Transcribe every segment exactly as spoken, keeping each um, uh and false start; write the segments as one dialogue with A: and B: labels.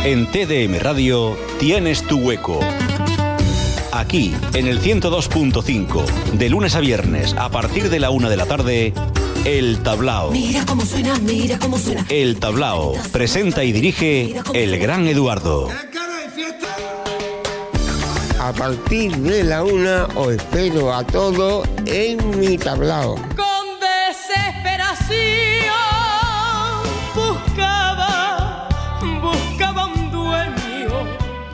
A: En T D M Radio tienes tu hueco. Aquí, en el ciento dos punto cinco, de lunes a viernes, a partir de la una de la tarde, El Tablao.
B: Mira cómo suena, mira cómo suena.
A: El Tablao presenta y dirige el gran Eduardo.
C: A partir de la una os espero a todos en mi tablao.
D: Con desesperación buscaba, buscaba un dueño.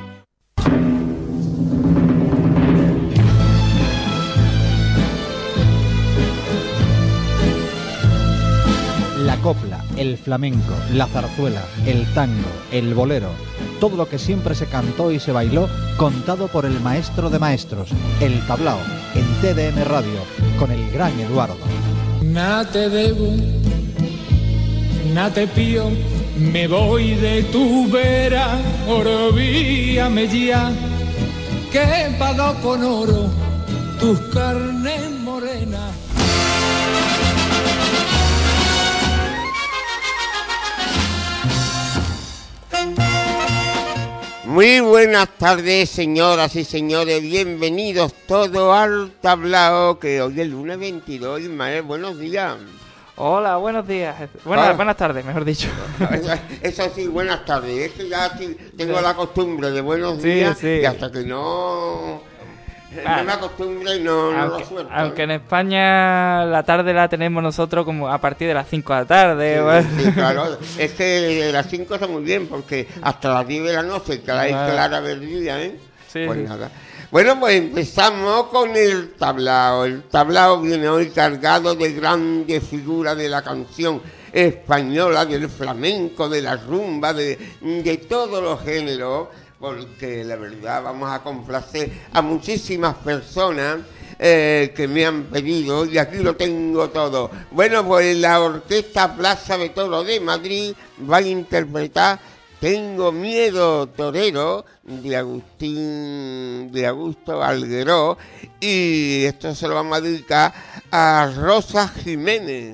E: La copla, el flamenco, la zarzuela, el tango, el bolero, todo lo que siempre se cantó y se bailó, contado por el maestro de maestros, El Tablao, en T D M Radio, con el gran Eduardo.
F: Nada te debo, nada te pío, me voy de tu vera, olvídame ya, que pago con oro tus carnes morenas.
C: Muy buenas tardes, señoras y señores, bienvenidos todos al Tablao, que hoy es el lunes veintidós. Ismael, buenos días.
G: Hola, buenos días. Buenas,
C: Ah.
G: buenas tardes, mejor dicho.
C: Eso, eso sí, buenas tardes. Es que ya sí tengo
G: Sí.
C: la costumbre de buenos
G: Sí,
C: días
G: sí.
C: y hasta que no,
G: Ah.
C: no me acostumbre y no, no lo
G: Aunque,
C: suelto.
G: aunque en España la tarde la tenemos nosotros como a partir de las cinco de la tarde.
C: Sí,
G: bueno.
C: sí, claro. Es que las cinco está muy bien porque hasta las diez de la noche que hay
G: Claro.
C: clara verdilla, ¿eh?
G: Sí,
C: Pues
G: sí.
C: nada. Bueno, pues empezamos con el tablao. El tablao viene hoy cargado de grandes figuras de la canción española, del flamenco, de la rumba, de, de todos los géneros, porque la verdad vamos a complacer a muchísimas personas eh, que me han pedido, y aquí lo tengo todo. Bueno, pues la Orquesta Plaza de Toros de Madrid va a interpretar Tengo miedo torero, de Agustín, de Augusto Algueró, y esto se lo vamos a dedicar a Rosa Jiménez.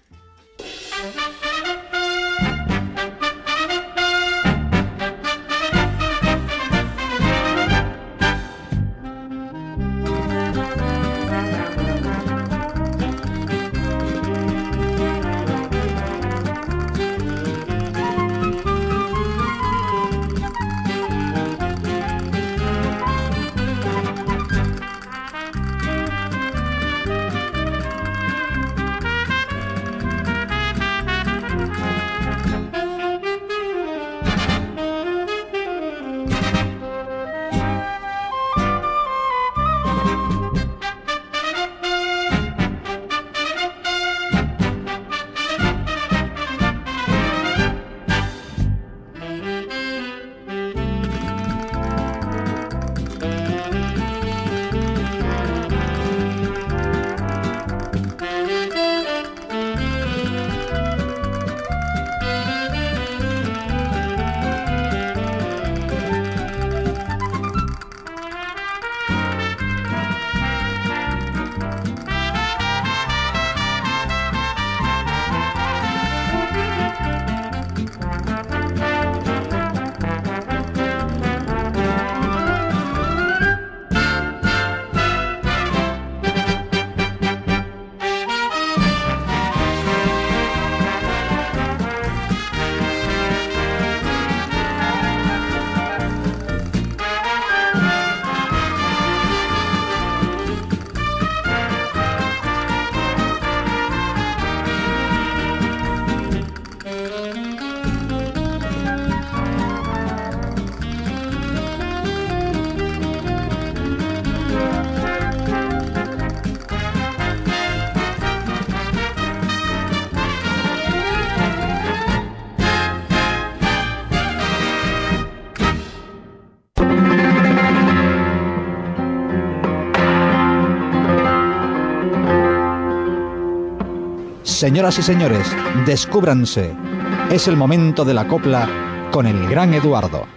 E: Señoras y señores, descúbranse. Es el momento de la copla con el gran Eduardo.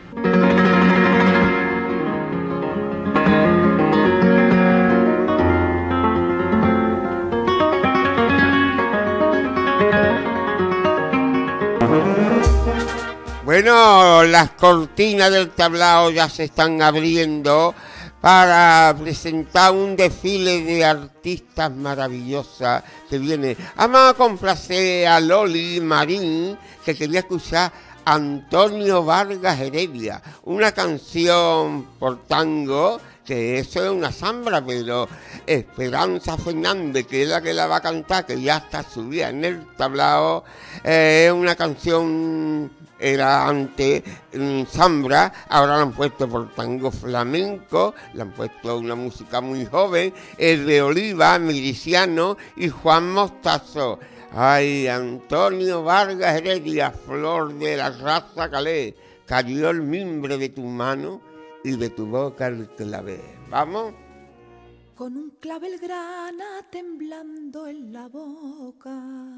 C: Bueno, las cortinas del tablao ya se están abriendo para presentar un desfile de artistas maravillosas que viene. Vamos a complacer a Loli Marín, que quería escuchar Antonio Vargas Heredia, una canción por tango, que eso es una zambra, pero Esperanza Fernández, que es la que la va a cantar, que ya está subida en el tablao, eh, es una canción... Era antes en zambra, ahora la han puesto por tango flamenco, le han puesto una música muy joven, el de Oliva, Miliciano y Juan Mostazo. Ay, Antonio Vargas Heredia, flor de la raza calé, cayó el mimbre de tu mano y de tu boca el clavel. ¿Vamos?
B: Con un clavel grana temblando en la boca,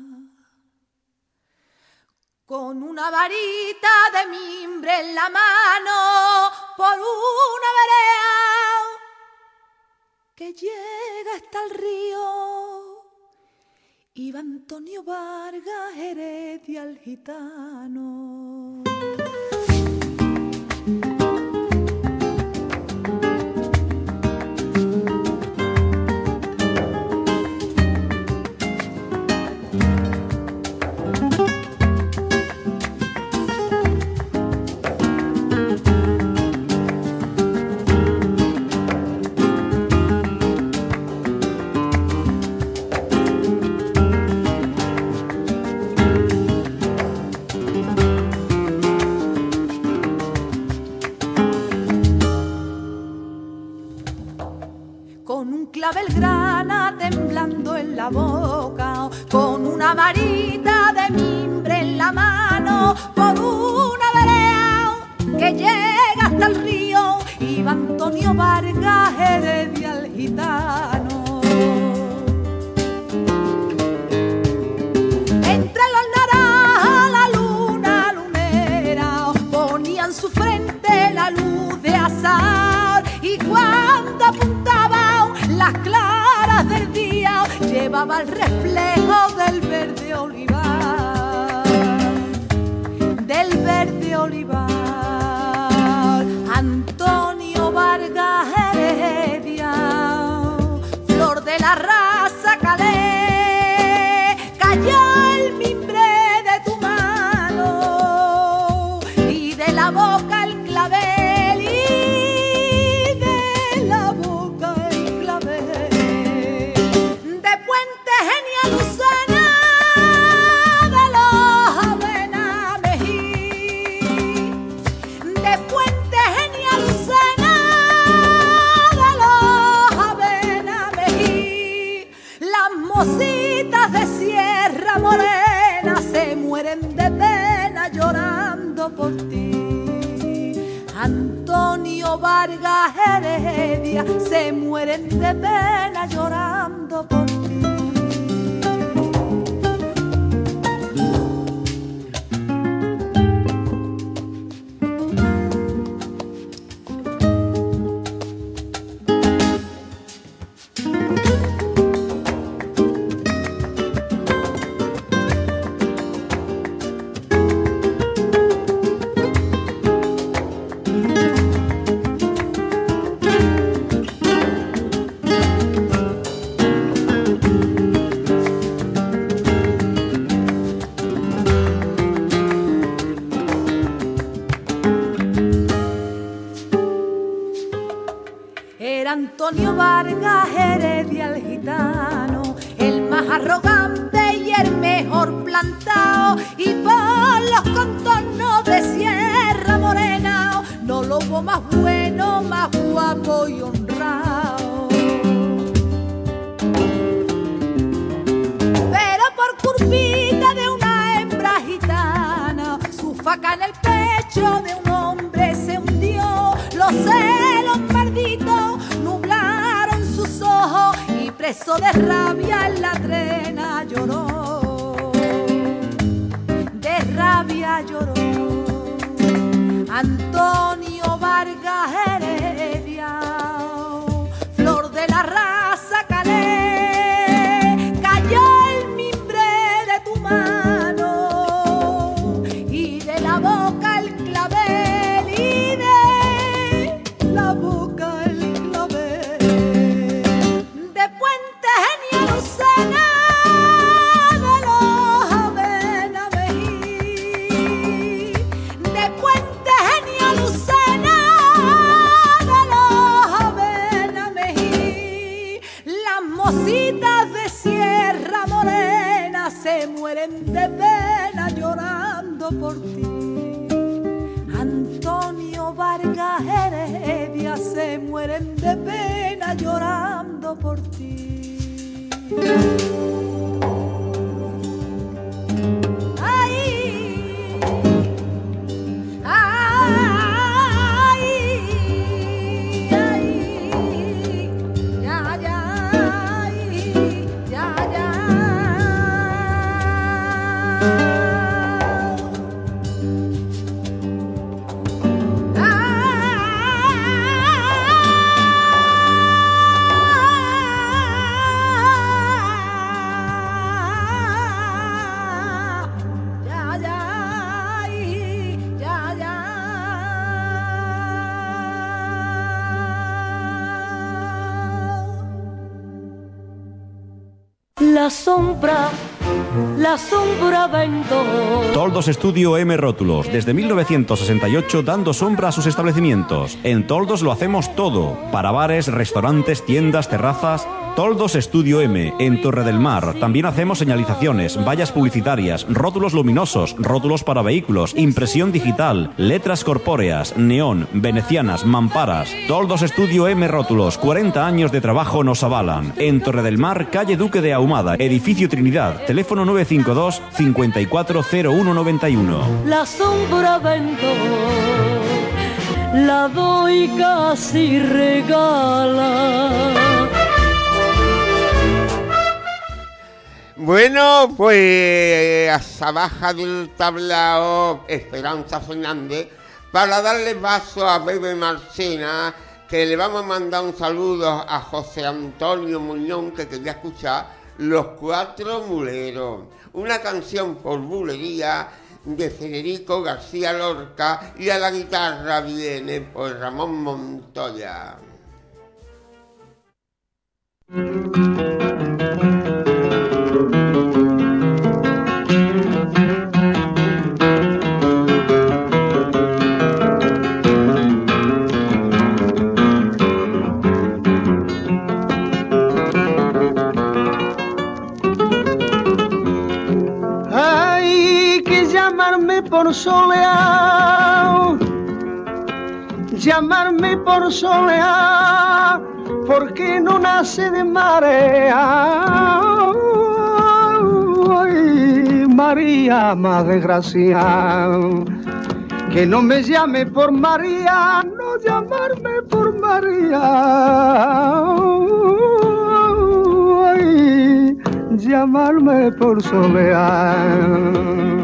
B: con una varita de mimbre en la mano, por una vereda que llega hasta el río, iba Antonio Vargas Heredia el gitano. Clavel grana temblando en la boca, con una varita de mimbre en la mano, por una vereda que llega hasta el río, iba Antonio Vargas Heredia el gitano. Entre los naranjas la luna lunera ponían su frente la luz de azar, y cuando apuntaba las claras del día llevaba el reflejo del verde olivar, del verde olivar. Antonio Vargas Heredia, flor de la raza calé, cayó el mimbre de tu mano y de la boca el clavel. De pena llorando por ti, Antonio Vargas Heredia, se mueren de pena llorando por ti. Antonio Vargas Heredia el gitano, el más arrogante y el mejor plantado, y por los contornos de Sierra Morena no lo hubo más bueno, más guapo y honrado. Pero por curvita de una hembra gitana, su faca en el pecho de un hombre se hundió, los celos malditos nublaron sus ojos y preso de rabia en la trena lloró, de rabia lloró. Antonio Vargas Heredia, flor de la raza calé, cayó el mimbre de tu mano y de la boca el pena llorando por ti. Antonio Vargas Heredia se mueren de pena llorando por ti. Ay, ay, ay, ya, ya, ay, ya, ya.
D: La sombra, la sombra vendó.
A: Toldos Estudio M Rótulos, desde mil novecientos sesenta y ocho dando sombra a sus establecimientos. En Toldos lo hacemos todo, para bares, restaurantes, tiendas, terrazas. Toldos Estudio M, en Torre del Mar. También hacemos señalizaciones, vallas publicitarias, rótulos luminosos, rótulos para vehículos, impresión digital, letras corpóreas, neón, venecianas, mamparas. Toldos Estudio M Rótulos, cuarenta años de trabajo nos avalan. En Torre del Mar, calle Duque de Ahumada, edificio Trinidad, teléfono nueve cinco dos, cincuenta y cuatro cero uno noventa y uno.
D: La sombra vendó, la doy casi regala.
C: Bueno, pues hasta baja del tablao Esperanza Fernández para darle paso a Bebe Marchena, que le vamos a mandar un saludo a José Antonio Muñón, que quería escuchar Los Cuatro Muleros, una canción por bulería de Federico García Lorca, y a la guitarra viene por Ramón Montoya.
H: Por soleado, llamarme por soleado, porque no nace de marea. Ay, María más desgraciada, que no me llame por María, no llamarme por María. Ay, llamarme por soleado.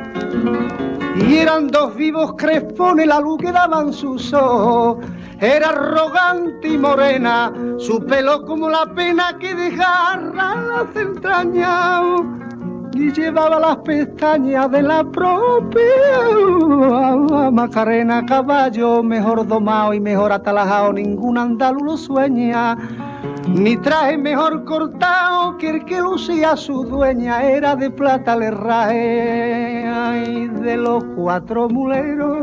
H: Y eran dos vivos crespones, la luz que daban sus ojos. Era arrogante y morena, su pelo como la pena que desgarra las entrañas. Y llevaba las pestañas de la propia Macarena. Caballo mejor domado y mejor atalajado, ningún andaluz lo sueña. Ni traje mejor cortado que el que lucía su dueña, era de plata el herraje. Ay, de los cuatro muleros,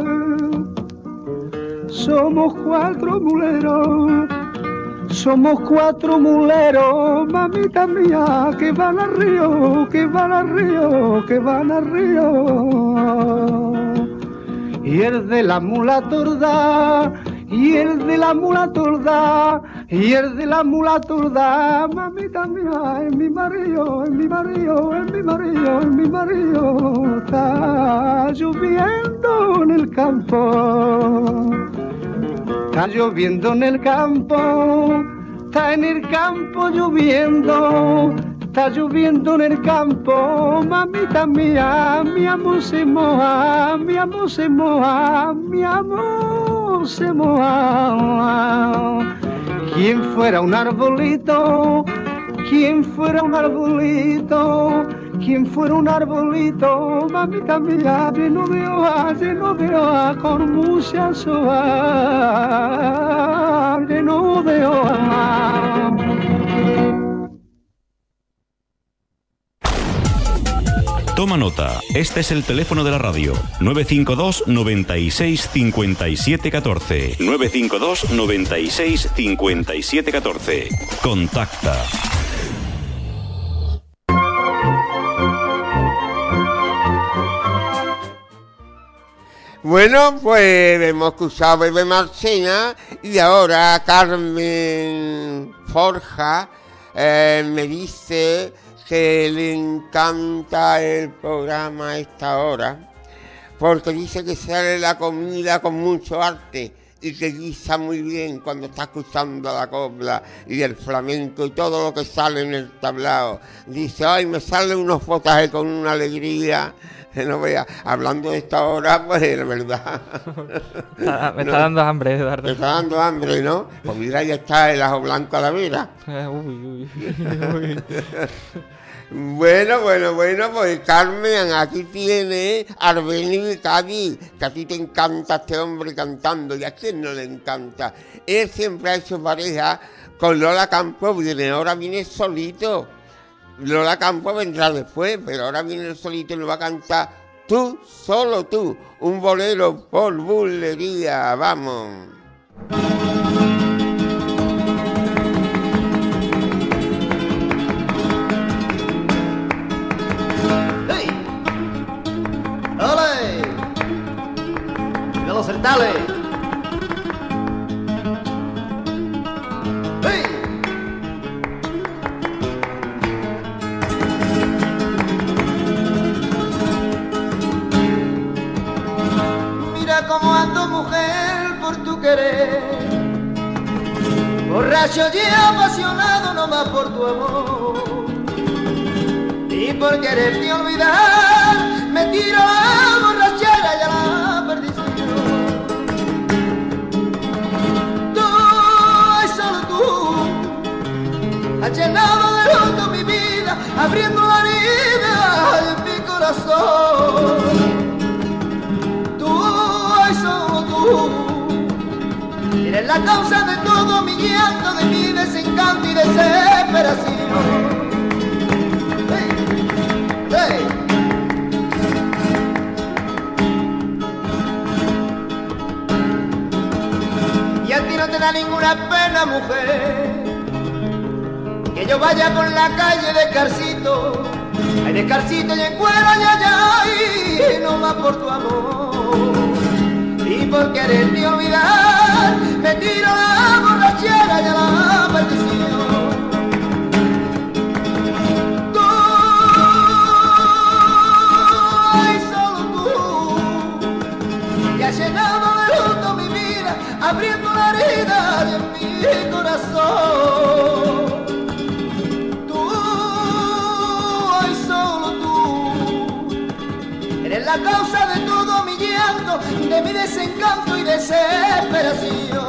H: somos cuatro muleros, somos cuatro muleros, mamita mía, que van al río, que van al río, que van al río. Y el de la mula torda, y el de la mula torda, y el de la mula torda, mamita mía, es mi marido, es mi marido, es mi marido, es mi marido. Está lloviendo en el campo, está lloviendo en el campo, está en el campo lloviendo, está lloviendo en el campo, mamita mía, mi amor se moja, mi amor se moja, mi amor se moja. Quien fuera un arbolito, quien fuera un arbolito, quien fuera un arbolito, mamita mía, lleno de hojas, lleno de hojas, con muchas hojas, lleno de hojas.
A: Toma nota, este es el teléfono de la radio, nueve cinco dos, noventa y seis, cincuenta y siete catorce. nueve cinco dos, noventa y seis, cincuenta y siete catorce. Contacta.
C: Bueno, pues hemos escuchado a Bebe Marchena y ahora Carmen Forja eh, me dice que le encanta el programa a esta hora porque dice que sale la comida con mucho arte y que guisa muy bien cuando está escuchando la copla y el flamenco y todo lo que sale en el tablao. Dice, ay, me salen unos potajes con una alegría. No vea, hablando de esta hora, pues es verdad.
G: Está, me
C: no,
G: está dando hambre, Eduardo.
C: Me está dando hambre, ¿no? Pues mira, ya está el ajo blanco a la vera.
G: Eh, uy, uy, uy.
C: Bueno, bueno, bueno, pues Carmen, aquí tiene Arbeni Cádiz, que a ti te encanta este hombre cantando, y a quién no le encanta. Él siempre ha hecho pareja con Lola Campos, viene, ahora viene solito. Lola Campos vendrá después, pero ahora viene el solito y nos va a cantar Tú, solo tú, un bolero por bulería, vamos.
I: ¡Hey! ¡Ole! ¡De los certales! ¡Hey! Como ando, mujer, por tu querer, borracho y apasionado nomás por tu amor, y por quererte olvidar me tiro a la borrachera y a la perdición. Tú, solo tú, has llenado de luto mi vida, abriendo la herida en mi corazón. Solo tú eres la causa de todo mi llanto, de mi desencanto y desesperación. Hey, hey. Y a ti no te da ninguna pena, mujer, que yo vaya por la calle descalcito, ay, descalcito y en cuero, ay, ay, ay, no más por tu amor. Y por quererte olvidar me tiro a la borrachera y a la perdición. Tú, ay, solo tú, que has llenado de luto mi vida, abriendo la herida de mi corazón. Tú, ay, solo tú, eres la causa de todo mi llanto, de mi desencanto y desesperación.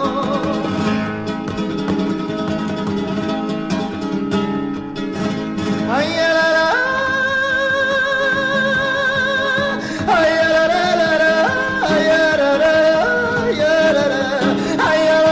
I: Ay, la, la, la, ay, la, la, la, la, ay, la, la, la, ay, la, la, la, ay, la,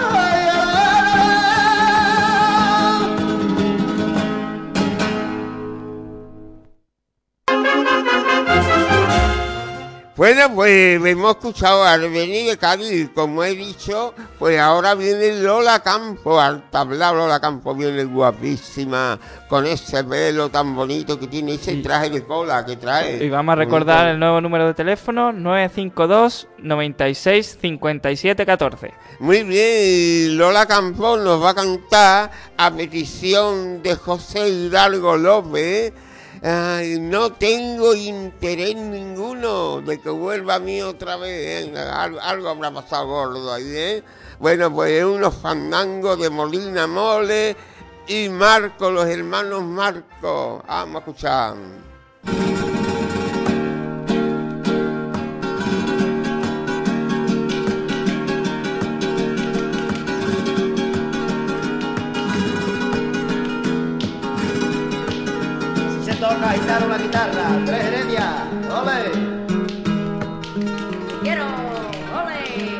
C: Bueno, pues hemos escuchado a Arbeni de Cádiz, como he dicho, pues ahora viene Lola Campos al tablao. Lola Campos viene guapísima, con ese pelo tan bonito que tiene, ese traje de cola que trae.
G: Y vamos a recordar bonito. El nuevo número de teléfono, nueve cinco dos, noventa y seis, cincuenta y siete, catorce.
C: Muy bien, Lola Campos nos va a cantar a petición de José Hidalgo López. Ay, no tengo interés ninguno de que vuelva a mí otra vez, ¿eh? Algo, algo habrá pasado gordo ahí, ¿eh? Bueno, pues unos fandangos de Molina Mole y Marco, los hermanos Marco. Vamos a escuchar.
I: Toca guitarra, una guitarra, tres Heredia, ole.
J: Quiero, ole.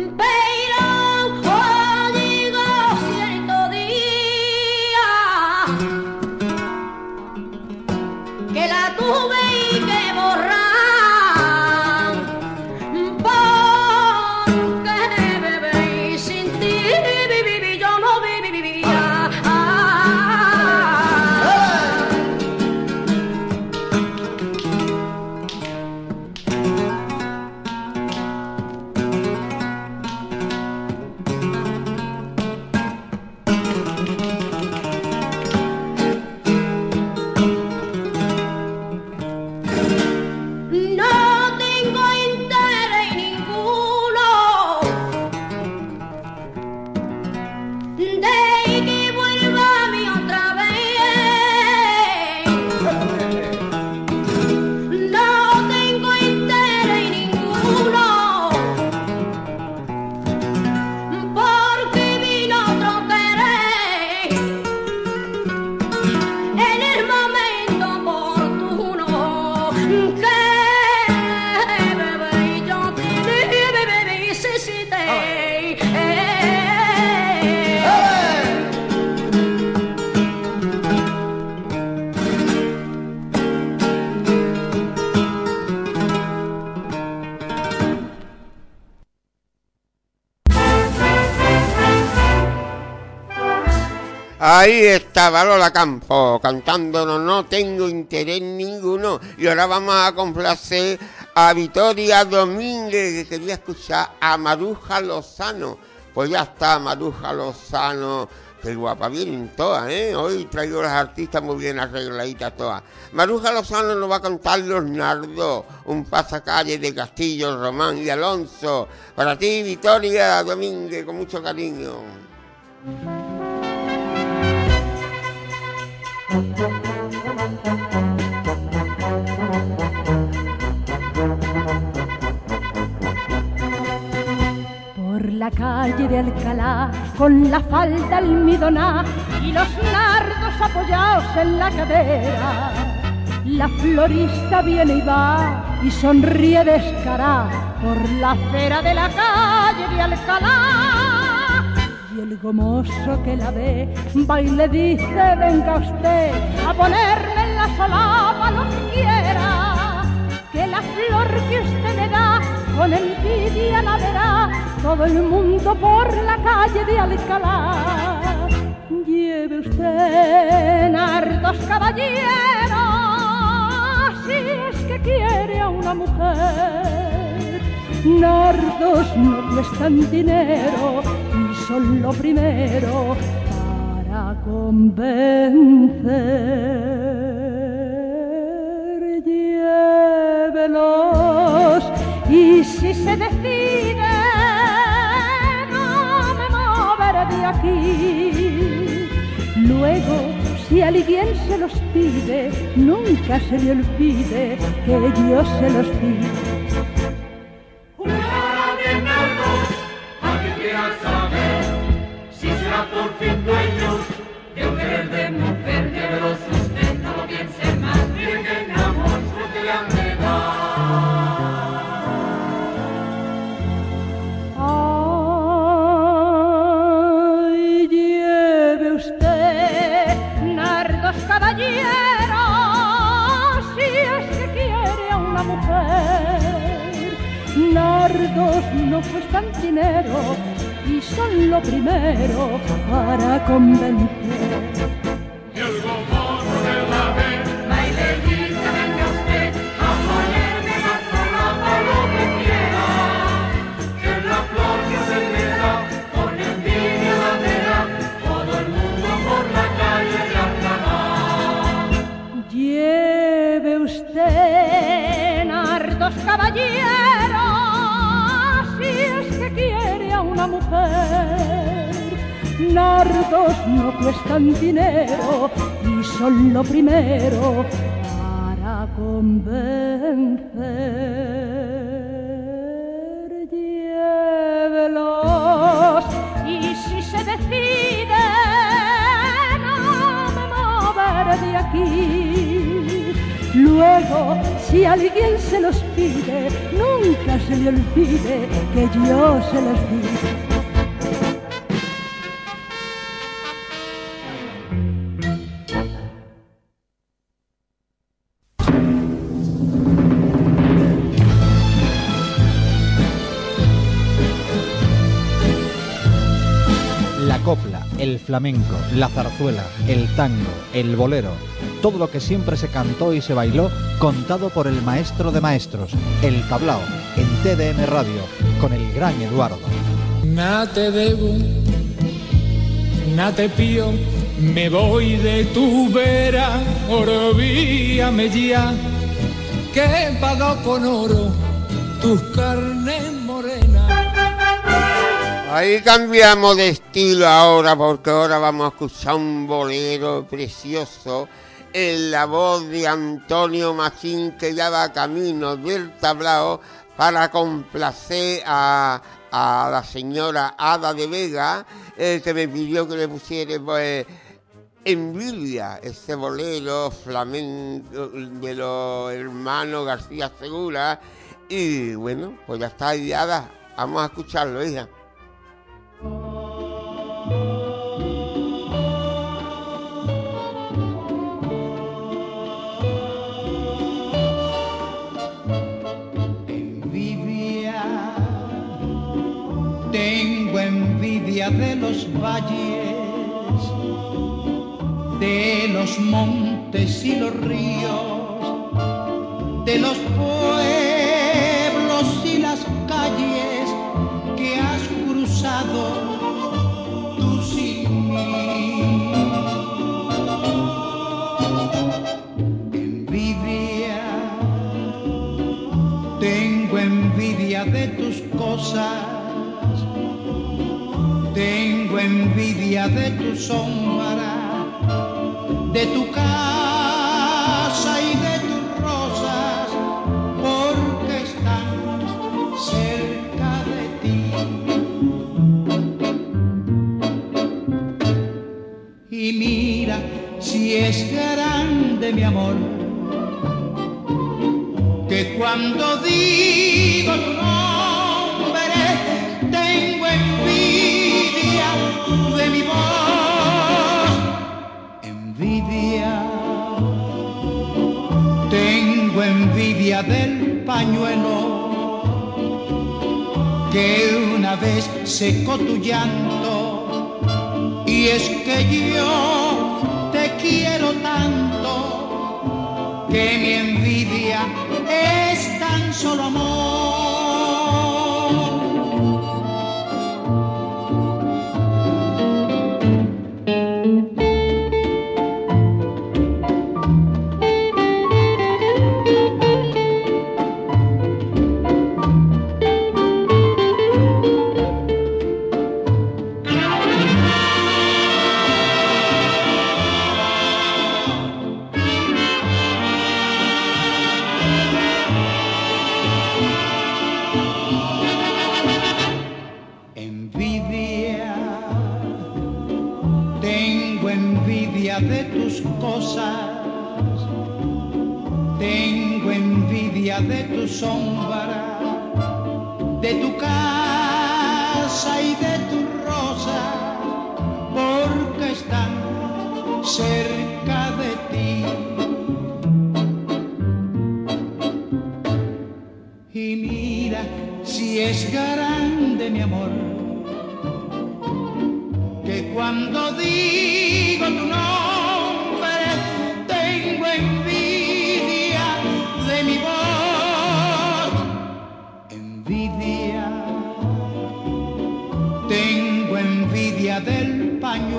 C: Ahí estaba Lola Campo cantándonos No tengo interés ninguno. Y ahora vamos a complacer a Victoria Domínguez, que quería escuchar a Maruja Lozano. Pues ya está Maruja Lozano. Qué guapa, vienen todas, ¿eh? Hoy traigo las artistas muy bien arregladitas todas. Maruja Lozano nos va a cantar Los Nardos, un pasacalle de Castillo, Román y Alonso. Para ti, Victoria Domínguez, con mucho cariño.
B: Por la calle de Alcalá, con la falda almidoná y los nardos apoyados en la cadera, la florista viene y va y sonríe descarada por la acera de la calle de Alcalá. Y el gomoso que la ve va y le dice: venga usted a ponerme en la solapa lo que quiera, que la flor que usted me da con envidia la verá todo el mundo por la calle de Alcalá. Lleve usted nardos, caballero, si es que quiere a una mujer. Nardos no cuestan dinero y son lo primero para convencer. Llévelos y si se decide no me moveré de aquí. Luego, si alguien se los pide, nunca se le olvide que yo se los pido.
K: Por fin dueños de un querer de mujer, llévelos usted, no lo piense más, miren que en amor suerte le han de
B: dar. Ay, lleve usted nardos, caballeros, si es que quiere a una mujer. Nardos no cuestan dinero y son lo primero para convencer.
K: Y el gomoso de la vez va y le dice: venga usted a ponerme la solapa lo que quiera, que la flor que se me da con envidia la verá todo el mundo por la calle de Alcalá.
B: Lleve usted nardos, caballeros, si es que quiere a una mujer. Nardos no cuestan dinero y son lo primero para convencer. Llévelos y si se decide no me moveré de aquí.
D: ruego, si alguien se los pide, nunca se le olvide que yo se los di.
E: La copla, el flamenco, la zarzuela, el tango, el bolero, todo lo que siempre se cantó y se bailó, contado por el maestro de maestros, el tablao, en T D M Radio, con el gran Eduardo.
F: Na te debo, na te pío, me voy de tu vera, olvídame ya, que he pagado con oro tus carnes morenas.
C: Ahí cambiamos de estilo ahora, porque ahora vamos a escuchar un bolero precioso en la voz de Antonio Machín, que ya va camino del tablao para complacer a, a la señora Ada de Vega, eh, que me pidió que le pusiera pues, Envidia, ese bolero flamenco de los hermanos García Segura. Y bueno, pues ya está ahí, Ada, vamos a escucharlo, hija.
L: Envidia, tengo envidia de los valles, de los montes y los ríos, de los pueblos y las calles que has cruzado tú sin mí. Envidia, tengo envidia de tus cosas, tengo envidia de tu sombra, de tu casa y de tus rosas, porque están cerca de ti. Y mira si es grande mi amor, que cuando digo tu nombre tengo envidia de mi voz. Envidia, tengo envidia del pañuelo que una vez secó tu llanto, y es que yo te quiero tanto que mi envidia es tan solo amor. De tus cosas, tengo envidia de tu sombra, de tu casa y de tus rosas, porque están cerca de ti. Y mira si es grande mi amor, que cuando digo tu nombre tengo envidia de mi voz. Envidia, tengo envidia del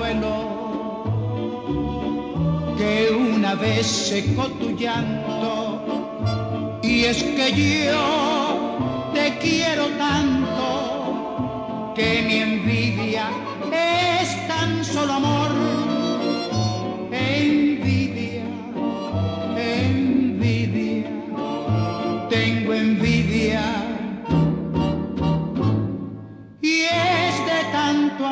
L: pañuelo que una vez secó tu llanto, y es que yo te quiero tanto que mi envidia es tan solo amor. Envidia, envidia, tengo envidia, y es de tanto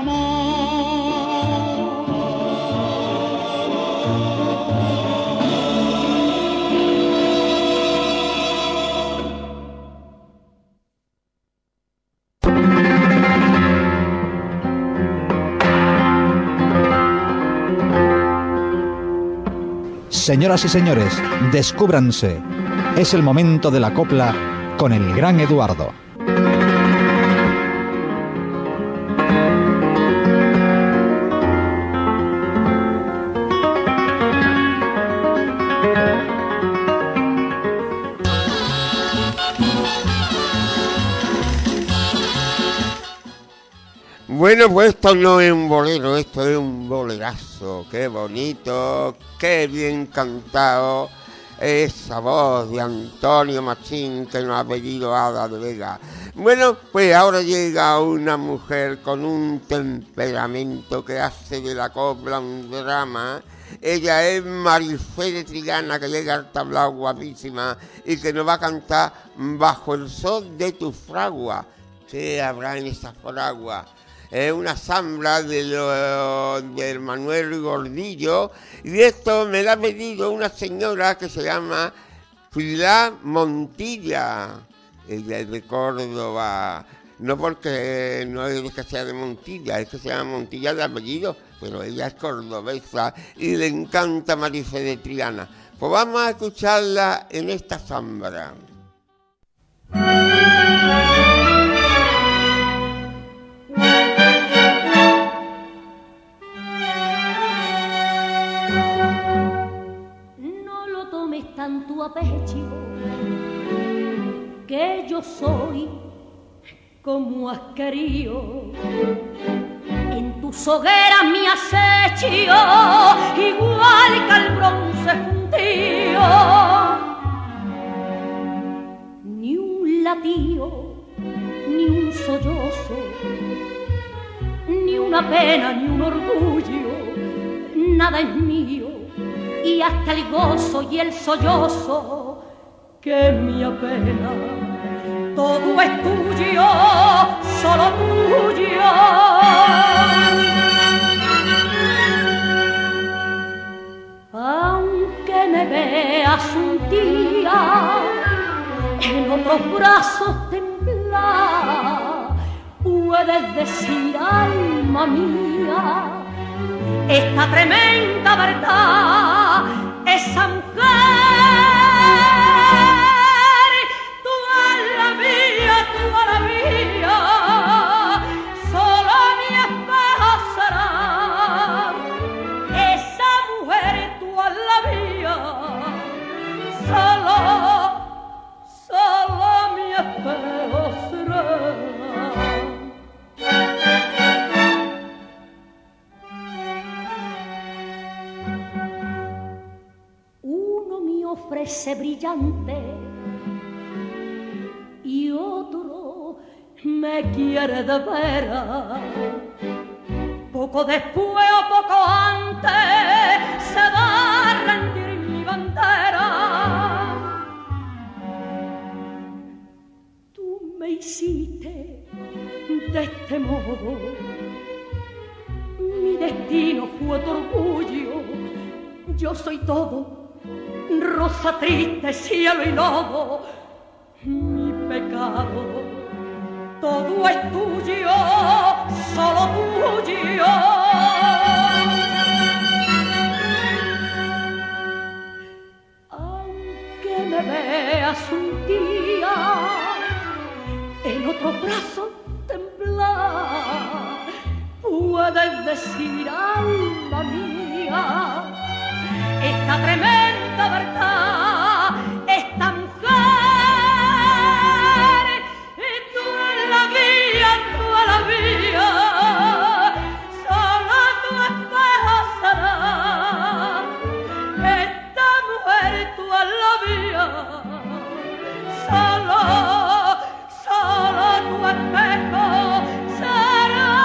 L: amor.
E: Señoras y señores, descúbranse. Es el momento de la copla con el gran Eduardo.
C: Bueno, pues esto no es un bolero, esto es un bolerazo. Qué bonito, qué bien cantado. Esa voz de Antonio Machín que nos ha pedido Ada de Vega. Bueno, pues ahora llega una mujer con un temperamento que hace de la copla un drama. Ella es Marifé de Triana, que llega al tablao guapísima y que nos va a cantar Bajo el sol de tu fragua. ¿Qué habrá en esa fragua? Es una zambra de, lo, de Manuel Gordillo, y esto me la ha pedido una señora que se llama Pilar Montilla. Ella es de Córdoba, no porque no es que sea de Montilla, es que se llama Montilla de apellido, pero ella es cordobesa y le encanta Marifé de Triana. Pues vamos a escucharla en esta zambra.
D: Tanto a pecho que yo soy como has querido, en tus hogueras me has hecho igual que el bronce fundido. Ni un latido, ni un sollozo, ni una pena, ni un orgullo, nada es mío. Y hasta el gozo y el sollozo que me apena, todo es tuyo, solo tuyo. Aunque me veas un día en otros brazos temblar, puedes decir, alma mía, esta tremenda verdad, esa mujer, tú a la mía, tú a la mía, solo mi espejo será. Esa mujer, tú a la mía, solo, solo mi espejo será. Ofrece brillante y otro me quiere de veras. Poco después o poco antes se va a rendir mi bandera. Tú me hiciste de este modo, mi destino fue tu orgullo, yo soy todo, rosa triste, cielo y lodo, mi pecado, todo es tuyo, solo tuyo. Aunque me veas un día en otro brazo temblar, puedes decir, alma mía, esta tremenda verdad, esta mujer, y tú en la mía, tú en la mía, solo tu espejo será. Esta mujer, tú en la mía, solo, solo tu espejo será.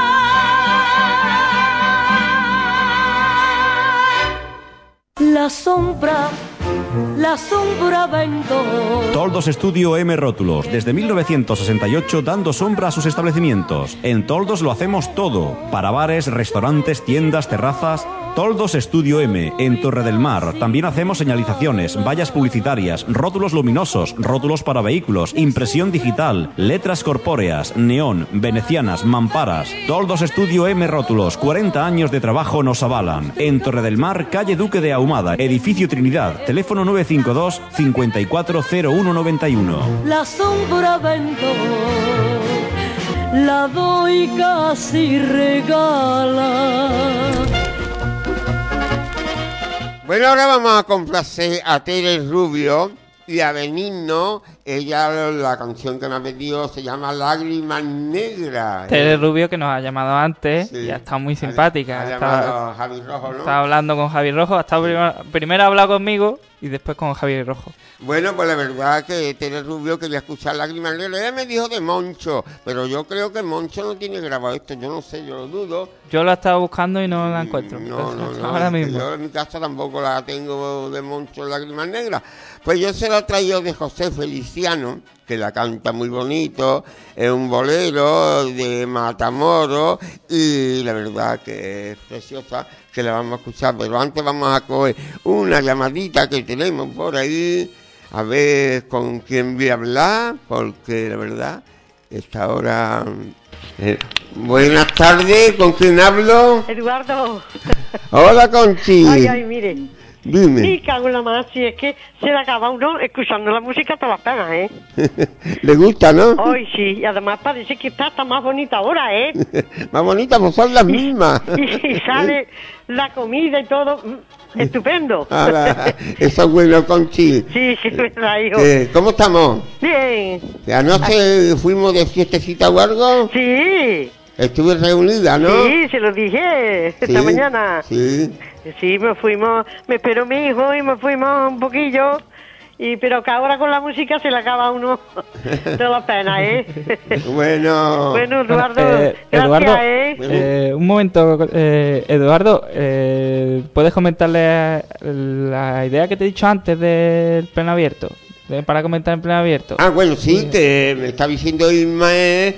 D: La sombra la sombra vendo.
A: Toldos Estudio M Rótulos, desde mil novecientos sesenta y ocho dando sombra a sus establecimientos. En Toldos lo hacemos todo, para bares, restaurantes, tiendas, terrazas. Toldos Estudio M, en Torre del Mar. También hacemos señalizaciones, vallas publicitarias, rótulos luminosos, rótulos para vehículos, impresión digital, letras corpóreas, neón, venecianas, mamparas. Toldos Estudio M Rótulos, cuarenta años de trabajo nos avalan. En Torre del Mar, calle Duque de Ahumada, edificio Trinidad, teléfono nueve cinco dos, cincuenta y cuatro cero uno noventa y uno.
D: La sombra vendo, la doy casi regala.
C: Bueno, ahora vamos a complacer a Tere Rubio y a Benigno. Ella, la canción que me ha pedido se llama Lágrimas Negras.
G: Tere Rubio, que nos ha llamado antes,
C: Sí.
G: y ha estado muy simpática.
C: Ha
G: Ha
C: llamado
G: estado-
C: a Javi Rojo, ¿no?
G: Estaba hablando con Javi Rojo. Ha estado primero, primero ha hablado conmigo y después con Javi Rojo.
C: Bueno, pues la verdad que Tere Rubio quería escuchar Lágrimas Negras. Ella me dijo de Moncho, pero yo creo que Moncho no tiene grabado esto. Yo no sé, yo lo dudo.
G: Yo la estaba buscando y no la encuentro.
C: No, no, no.
G: Ahora
C: es que
G: mismo.
C: Yo en mi casa tampoco la tengo de Moncho Lágrimas Negras. Pues yo se la he traído de José Feliciano, que la canta muy bonito. Es un bolero de Matamoros y la verdad que es preciosa, que la vamos a escuchar. Pero antes vamos a coger una llamadita que tenemos por ahí, a ver con quién voy a hablar, porque la verdad, esta hora... eh, buenas tardes, ¿con quién hablo?
M: Eduardo.
C: Hola, Conchi.
M: Ay, ay, mire.
C: Dime.
M: Me cago en la más, si es que se le acaba uno escuchando la música todas las penas, ¿eh?
C: ¿Le gusta, no?
M: Ay, sí, y además parece que está, está más bonita ahora, ¿eh?
C: Más bonita, pues son las mismas.
M: Y, y sale la comida y todo, mm, estupendo.
C: Ahora, eso es bueno, Conchi.
M: Sí, sí, verdad, hijo.
C: Eh, ¿Cómo estamos?
M: Bien.
C: ¿Anoche fuimos de fiestecita o algo?
M: Sí.
C: Estuve reunida, ¿no?
M: Sí, se lo dije esta
C: Sí,
M: mañana.
C: Sí.
M: Sí, me fuimos, me esperó mi hijo y me fuimos un poquillo, y pero que ahora con la música se le acaba uno de la pena, ¿eh?
C: Bueno.
M: Bueno, Eduardo,
G: Eh,
M: gracias,
G: Eduardo,
M: ¿eh?
G: eh, un momento, eh, Eduardo, eh, ¿puedes comentarle la idea que te he dicho antes del pleno abierto? De- para comentar en pleno abierto.
C: Ah, bueno, sí, que me está diciendo Ismael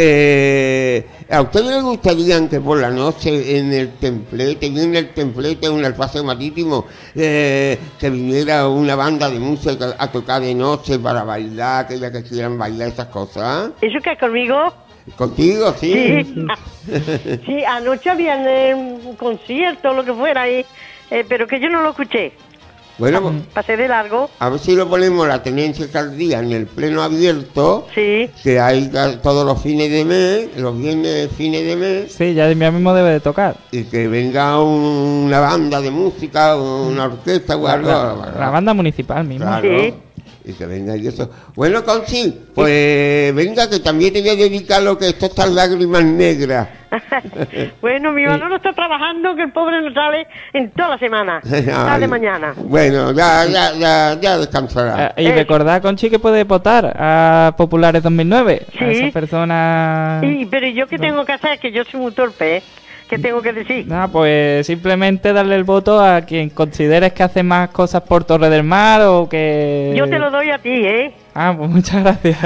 C: que a usted le gustaría que por la noche en el templete, bien en el templete, en el paseo marítimo, eh, que viniera una banda de música a tocar de noche para bailar, aquella que quieran bailar esas cosas.
M: ¿Eso qué es conmigo?
C: ¿Contigo, sí?
M: Sí. Sí, anoche había eh, un concierto, lo que fuera, ahí, eh, pero que yo no lo escuché.
C: Bueno, pues,
M: Pasé de largo.
C: a ver si lo ponemos la tenencia al día en el pleno abierto,
M: Sí.
C: que hay ca- todos los fines de mes, los viernes fines de mes,
G: Sí, ya mismo debe de tocar.
C: y que venga un- una banda de música, una orquesta o
G: La,
C: algo.
G: la- la banda municipal mismo.
C: Claro. Y que venga y eso. Bueno, Conchi, pues venga, que también te voy a dedicar lo que esto estas lágrimas negras.
M: Bueno, mi Manolo está trabajando, que el pobre no sale en toda la semana. Está de
C: Ay.
M: mañana.
C: Bueno, ya, ya, ya, ya descansará.
G: Eh, y recordad, Conchi, que puede votar a Populares dos mil nueve. A
M: Sí.
G: esas personas...
M: Y, pero yo qué tengo que hacer, que yo soy muy torpe, ¿eh? ¿Qué tengo que decir?
G: Nada, pues simplemente darle el voto a quien consideres que hace más cosas por Torre del Mar o que...
M: Yo te lo doy a ti, ¿eh?
G: Ah, pues muchas gracias.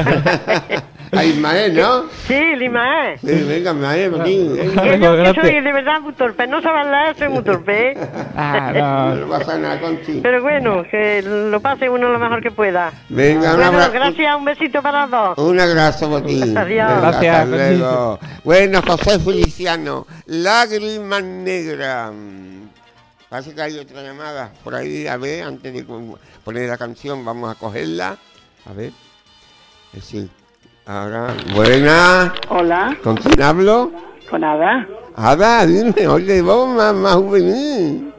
C: A Ismael, ¿no?
M: Sí, Lima, ¿eh?
C: Sí, venga, Ismael, vení.
M: Que yo que soy de verdad muy torpe, no sabes leer, soy muy torpe, ¿eh?
G: Ah,
C: no. pasa nada, Conchi.
M: Pero bueno, que lo pase uno lo mejor que pueda.
C: Venga, un
M: Bueno,
C: abrazo.
M: gracias, un besito para los dos.
C: Un abrazo por ti.
M: Adiós.
C: Venga,
G: Gracias,
C: hasta luego. Bueno, José Feliciano, Lágrimas Negras. Parece que hay otra llamada por ahí, a ver, antes de poner la canción, vamos a cogerla. A ver. Eh, Sí. Ahora, buena.
N: Hola,
C: ¿Con quién hablo?
N: con Ada.
C: Ada, dime, oye, vos más, más juvenil.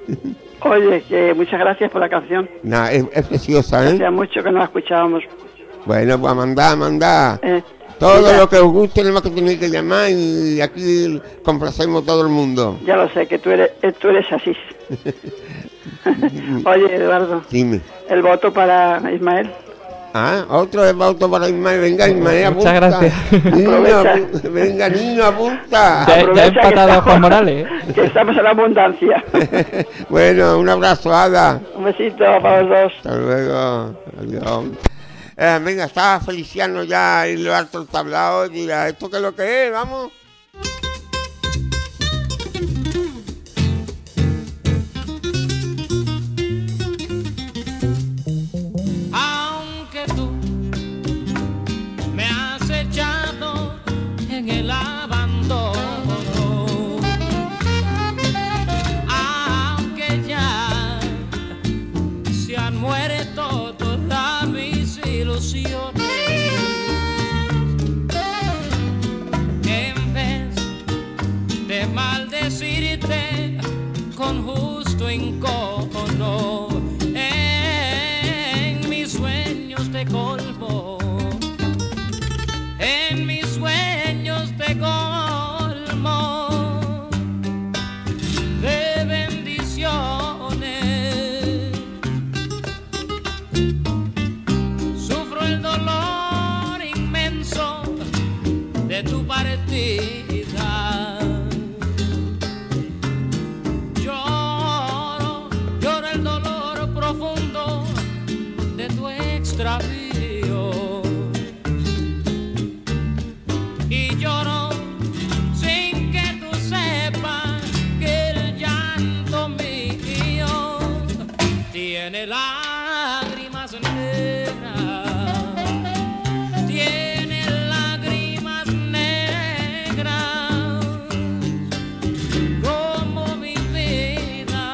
N: Oye, que muchas gracias por la canción.
C: Nah, es, es preciosa, ¿eh?
N: Hacía mucho que no la escuchábamos.
C: Bueno, pues a mandar, a mandar.
N: Eh,
C: Todo
N: mira,
C: lo que os guste, nada más que tenéis que llamar y aquí complacemos todo el mundo.
N: Ya lo sé, que tú eres, eh, tú eres así. Oye, Eduardo,
C: Dime.
N: el voto para Ismael.
C: Ah, otro es voto para Ismael. Venga, Ismael, apunta.
G: Muchas gracias.
C: Niño, apu- venga, niño, apunta.
G: Ya, ya he
N: Aprovecha que
G: empatado a
N: estamos-
G: Juan Morales. ¿eh?
N: Que estamos en abundancia.
C: Bueno, un abrazo, Ada.
N: Un besito para los dos.
C: Hasta luego. Adiós. Eh, venga, está Feliciano ya en lo alto del tablado. Y dirá, ¿esto qué es lo que es? Vamos.
O: Aunque tú me has echado en el abandono, aunque ya se han muerto todas mis ilusiones, en vez de maldecirte con justo encono, en mis sueños te colmo, en mis sueños te colmo de bendiciones. Sufro el dolor inmenso de tu partida. Lloro, lloro el dolor profundo de tu extravío. Y lloro sin que tú sepas que el llanto mío tiene lágrimas negras, tiene lágrimas negras como mi vida.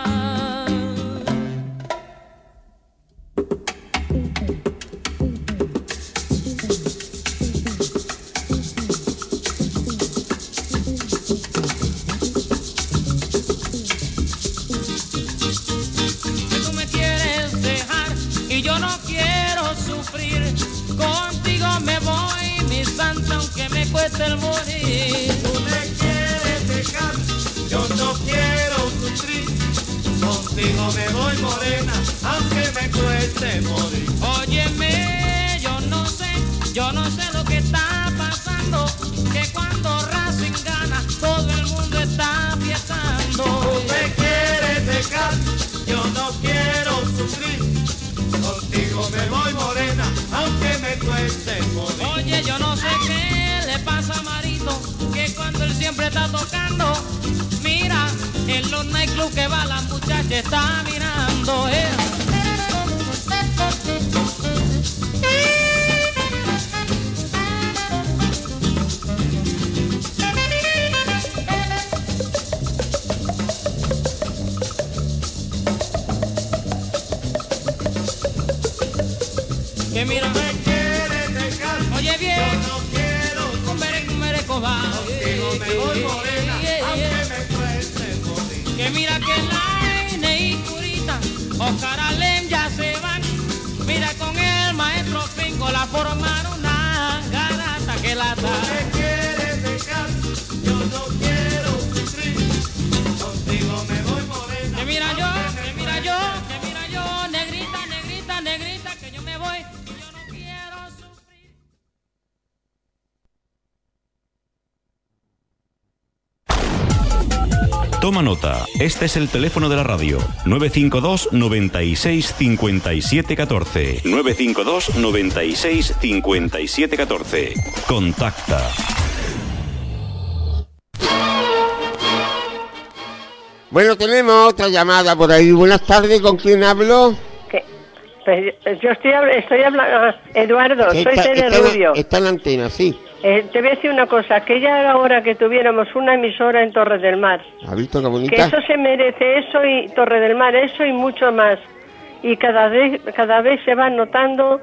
O: Que tú me quieres dejar y yo no quiero sufrir. Contigo me voy, mi santa, aunque me cueste el morir.
K: Tú me quieres dejar, yo no quiero sufrir. Contigo me voy, morena, aunque me cueste morir.
O: Óyeme, yo no sé, yo no sé lo que está pasando, que cuando Racing gana, todo el mundo está fiestando.
K: Tú me quieres dejar, yo no quiero sufrir. Contigo me voy, morena, aunque me cueste morir.
O: Oye, yo no sé qué le pasa a Marito, que cuando él siempre está tocando, mira, en los nightclubs que va la muchacha está mirando, eh. Que mira,
K: Me quieres dejar,
O: oye bien,
K: yo no quiero
O: cumere, cumere, coba.
K: Contigo me voy, morena, aunque me cueste morir.
O: Que mira que Laine y Curita, Oscar Alem ya se van. Mira con el maestro Pingo la formaron una garata que lata.
K: Me quieres dejar, yo no quiero sufrir. Contigo me voy, morena.
O: Que mira yo, que mira yo, que mira yo, negrita, negrita, negrita, que yo me voy y yo no quiero sufrir.
A: Toma nota, este es el teléfono de la radio, nueve cinco dos, noventa y seis, cincuenta y siete, catorce. nueve cinco dos, noventa y seis, cincuenta y siete, catorce. Contacta.
C: Bueno, tenemos otra llamada por ahí. Buenas tardes, ¿con quién hablo?
M: ¿Qué? Pues yo estoy, habl- estoy hablando, Eduardo, soy
C: Está,
M: Tere
C: está en la-
M: Rubio.
C: está en la antena, sí.
M: Eh, te voy a decir una cosa, que ya era hora que tuviéramos una emisora en Torre del Mar.
C: ¿Ha visto qué
M: Que
C: bonita?
M: eso se merece, eso y Torre del Mar, eso y mucho más. Y cada vez, cada vez se va notando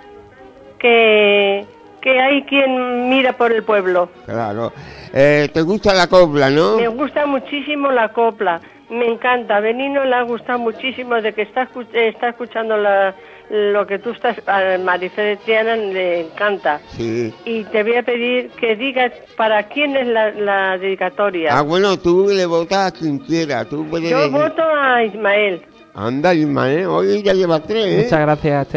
M: que, que hay quien mira por el pueblo.
C: Claro. Eh, ¿Te gusta la copla, no?
M: Me gusta muchísimo la copla, me encanta. A Benino le ha gustado muchísimo de que está, escu- eh, está escuchando la, lo que tú estás, a Marifé Triana le encanta.
C: Sí.
M: Y te voy a pedir que digas para quién es la, la dedicatoria.
C: Ah, bueno, tú le votas a quien quiera. Tú puedes
M: Yo
C: elegir.
M: voto a Ismael.
C: Anda, Ismael, hoy ya lleva tres, ¿eh?
G: Muchas gracias, Tere.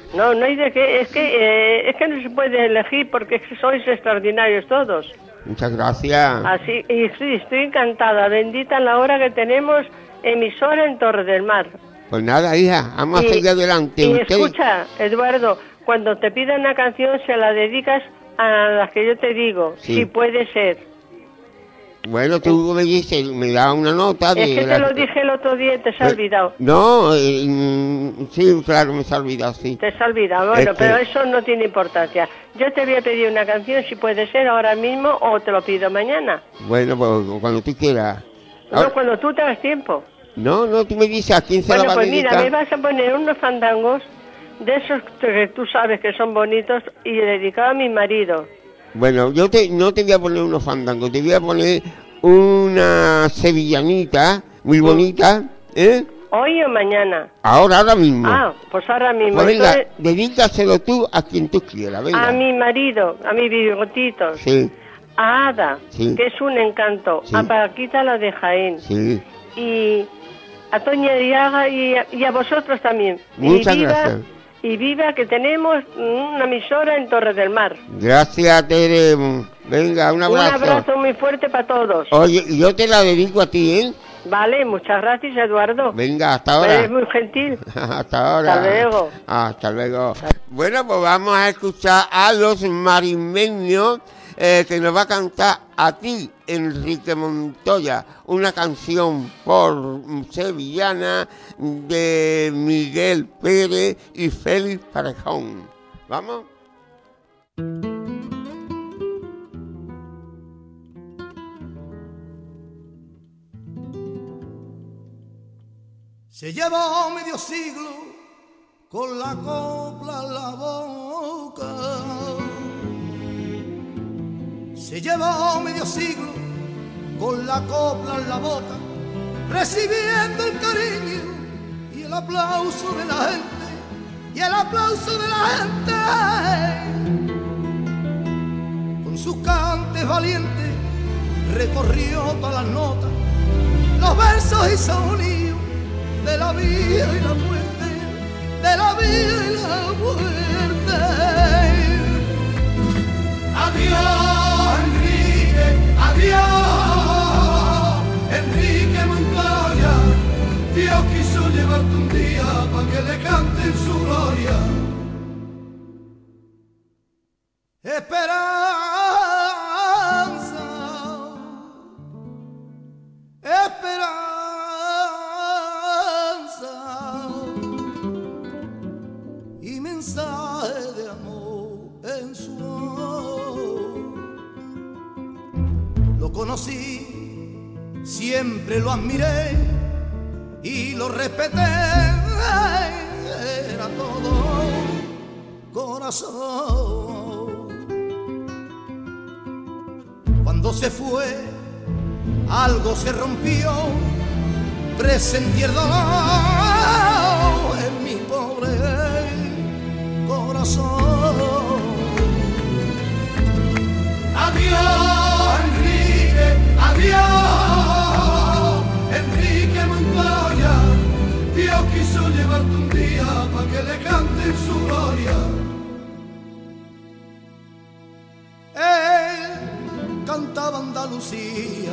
M: No, no hay de qué. Es que, eh, es que no se puede elegir porque es que sois extraordinarios todos.
C: Muchas gracias.
M: Así, y sí, estoy encantada. Bendita la hora que tenemos emisora en Torre del Mar.
C: Pues nada, hija, vamos
M: Y-
C: a seguir adelante.
M: Y
C: Usted-
M: escucha, Eduardo, cuando te pidan una canción se la dedicas a las que yo te digo,
C: Sí.
M: si puede ser.
C: Bueno, tú me dices, me da una nota de...
M: Es que te
C: la-
M: lo dije el otro día y te se ha
C: Eh,
M: olvidado.
C: No, eh, mm, sí, claro, me se ha olvidado, sí.
M: Te se ha olvidado, bueno,
C: Es que-
M: pero eso no tiene importancia. Yo te voy a pedir una canción, si puede ser ahora mismo o te lo pido mañana.
C: Bueno, pues cuando tú quieras.
M: No,
C: Ahora-
M: cuando tú tengas tiempo.
C: No, no, tú me dices a quién se
M: Bueno,
C: la va
M: pues
C: a
M: mira,
C: dedicar.
M: me vas a poner unos fandangos de esos que tú sabes que son bonitos y dedicado a mi marido.
C: Bueno, yo te, no te voy a poner unos fandangos, te voy a poner una sevillanita muy bonita, ¿eh?
M: ¿Hoy o mañana?
C: Ahora, ahora mismo.
M: Ah, pues ahora mismo.
C: Pues venga,
M: Entonces,
C: dedícaselo tú a quien tú quieras, venga.
M: a mi marido, a mi bigotitos,
C: Sí,
M: a Ada,
C: Sí.
M: que es un encanto,
C: Sí.
M: a Paquita la de Jaén,
C: sí.
M: y a Toña Diaga y a, y a vosotros también.
C: Muchas
M: y viva,
C: gracias.
M: Y viva que tenemos una emisora en Torre del Mar.
C: Gracias, Tere. Venga, un abrazo.
M: Un abrazo muy fuerte para todos.
C: Oye, y yo te la dedico a ti, ¿eh?
M: Vale, muchas gracias, Eduardo.
C: Venga, hasta ahora.
M: Eres muy gentil.
C: Hasta ahora.
M: Hasta luego.
C: Hasta luego. Bueno, pues vamos a escuchar a los marimeños eh, que nos va a cantar a ti, Enrique Montoya, una canción por mm, sevillana de Miguel Pérez y Félix Parejón. ¿Vamos?
P: Se llevó medio siglo con la copla en la boca. Se llevó medio siglo con la copla en la boca, recibiendo el cariño y el aplauso de la gente, y el aplauso de la gente. Con sus cantes valientes recorrió todas las notas, los versos y sonidos de la vida y la muerte, de la vida y la muerte.
K: Adiós, Enrique, adiós, Enrique Montoya. Dios quiso llevarte un día para que le canten su gloria.
P: Esperanza, esperanza y mensaje de amor en su voz. Lo conocí, siempre lo admiré y lo respeté, era todo corazón. Cuando se fue, algo se rompió, presentí el dolor en mi pobre corazón.
K: Adiós, Enrique, adiós, Enrique Montoya. Dios quiso llevarte un día para que le canten su gloria.
P: Él cantaba Andalucía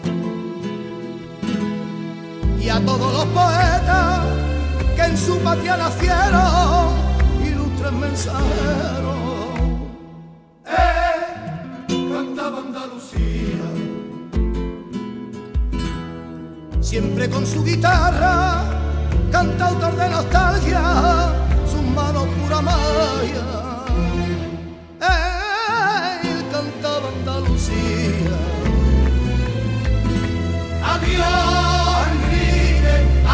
P: y a todos los poetas que en su patria nacieron, ilustres mensajeros.
K: Él cantaba Andalucía,
P: siempre con su guitarra, cantautor de nostalgia, sus manos pura magia. Él cantaba Andalucía.
K: adiós, Enrique,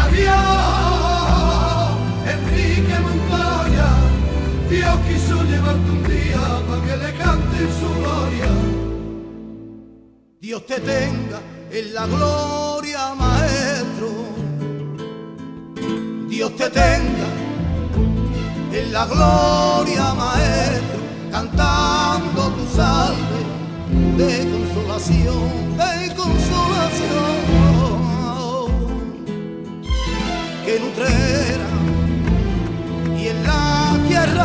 K: adiós, Enrique Montoya. Dios quiso llevarte un día para que le canten su gloria.
P: Dios te tenga en la gloria, maestro. Dios te tenga en la gloria, maestro, cantando tu salve de consolación, de consolación. Que nutrera y en la tierra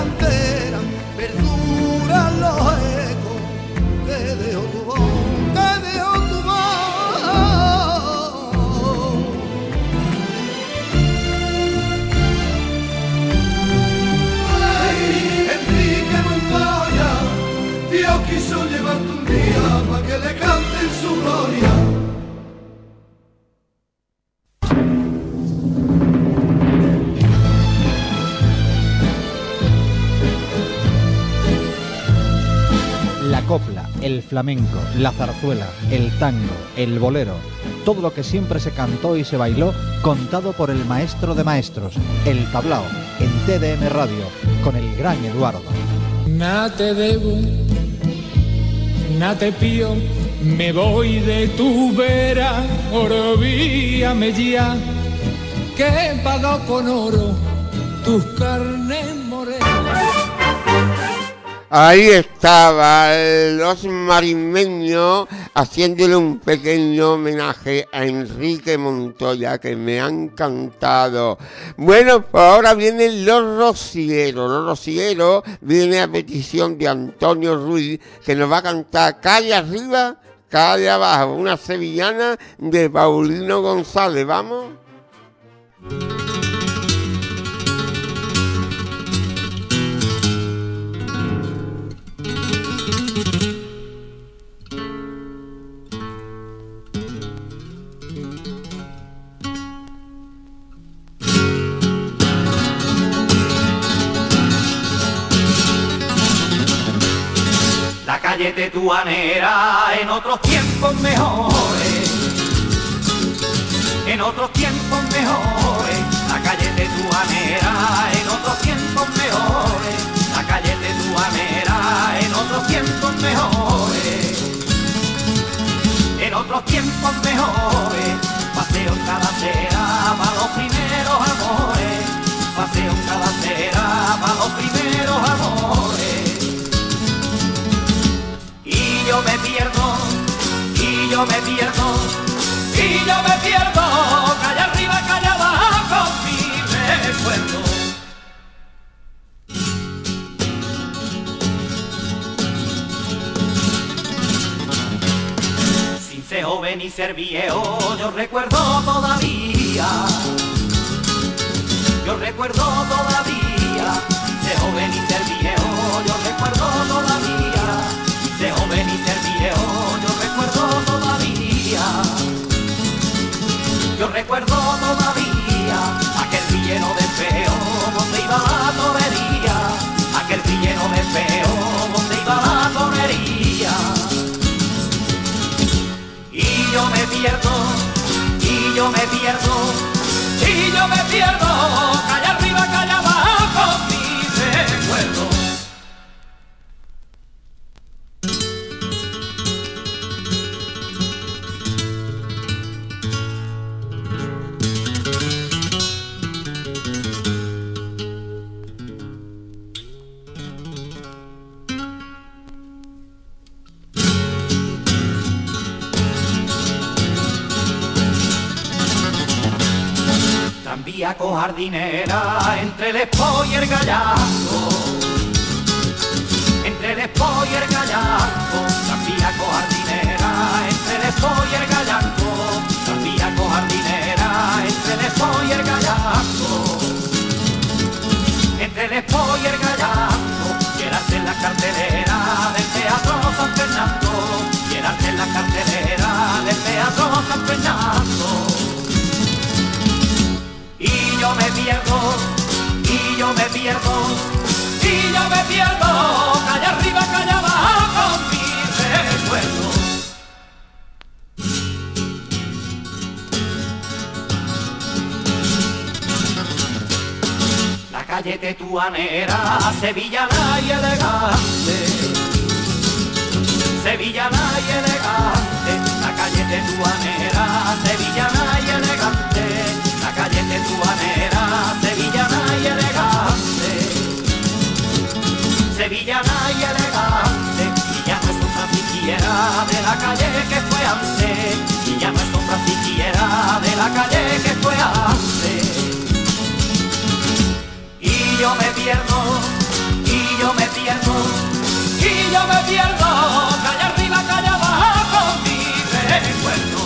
E: el flamenco, la zarzuela, el tango, el bolero, todo lo que siempre se cantó y se bailó, contado por el maestro de maestros, el tablao, en T D M Radio, con el gran Eduardo.
F: Nada te debo, nada te pío, me voy de tu vera, olvídame ya, que he pagado con oro tus carnes morenas.
C: Ahí estaba los marimeños haciéndole un pequeño homenaje a Enrique Montoya, que me han cantado. Bueno, pues ahora vienen los rocieros. Los rocieros vienen a petición de Antonio Ruiz, que nos va a cantar Calle Arriba, Calle Abajo, una sevillana de Paulino González. ¿Vamos?
Q: La calle tetuanera en otros tiempos mejores, en otros tiempos mejores, la calle tetuanera en otros tiempos mejores, la calle tetuanera en otros tiempos mejores, en otros tiempos mejores, paseo en cada acera para los primeros amores, paseo en cada acera para los primeros amores. Y yo me pierdo, y yo me pierdo, y yo me pierdo, calle arriba, calle abajo, mi recuerdo. Sin ser joven ni ser viejo, yo recuerdo todavía, yo recuerdo todavía, sin ser joven ni ser viejo, yo recuerdo todavía. De joven y ser viejo, yo recuerdo todavía, yo recuerdo todavía aquel villeno de feo donde iba la torería, aquel villeno de feo donde iba la torería. Y yo me pierdo, y yo me pierdo, y yo me pierdo, calle arriba, calle abajo, mi recuerdo. Viaco jardinera entre el espo y el gallardo, entre el espo y el gallardo, Viaco jardinera entre el espo y el gallardo, Viaco jardinera entre el espo y el gallardo, entre el espo y el gallardo, quedarse en la cartelera del Teatro San Fernando, quedarse en la cartelera del Teatro San Fernando. Y yo me pierdo, y yo me pierdo, y yo me pierdo, calle arriba, calle abajo, mi recuerdo. La calle tetuanera, sevillana y elegante, sevillana y elegante, la calle tetuanera, sevillana y elegante. La calle tetuanera, sevillana y elegante, sevillana y elegante, y ya no es sombra siquiera de la calle que fue antes, y ya no es sombra siquiera de la calle que fue antes. Y yo me pierdo, y yo me pierdo, y yo me pierdo, calle arriba, calle abajo, mi recuerdo.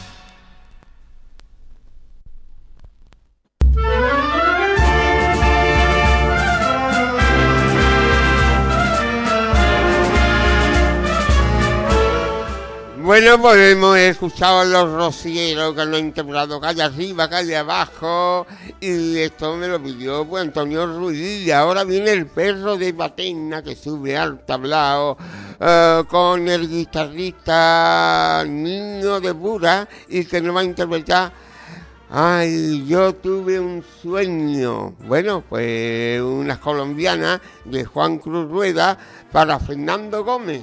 C: Bueno, pues hemos escuchado a los rocieros que nos han interpretado Calle Arriba, Calle Abajo, y esto me lo pidió pues Antonio Ruiz, y ahora viene el perro de Paterna que sube al tablao eh, con el guitarrista Niño de Bura y que nos va a interpretar Ay, yo tuve un sueño. Bueno, pues unas colombianas de Juan Cruz Rueda para Fernando Gómez.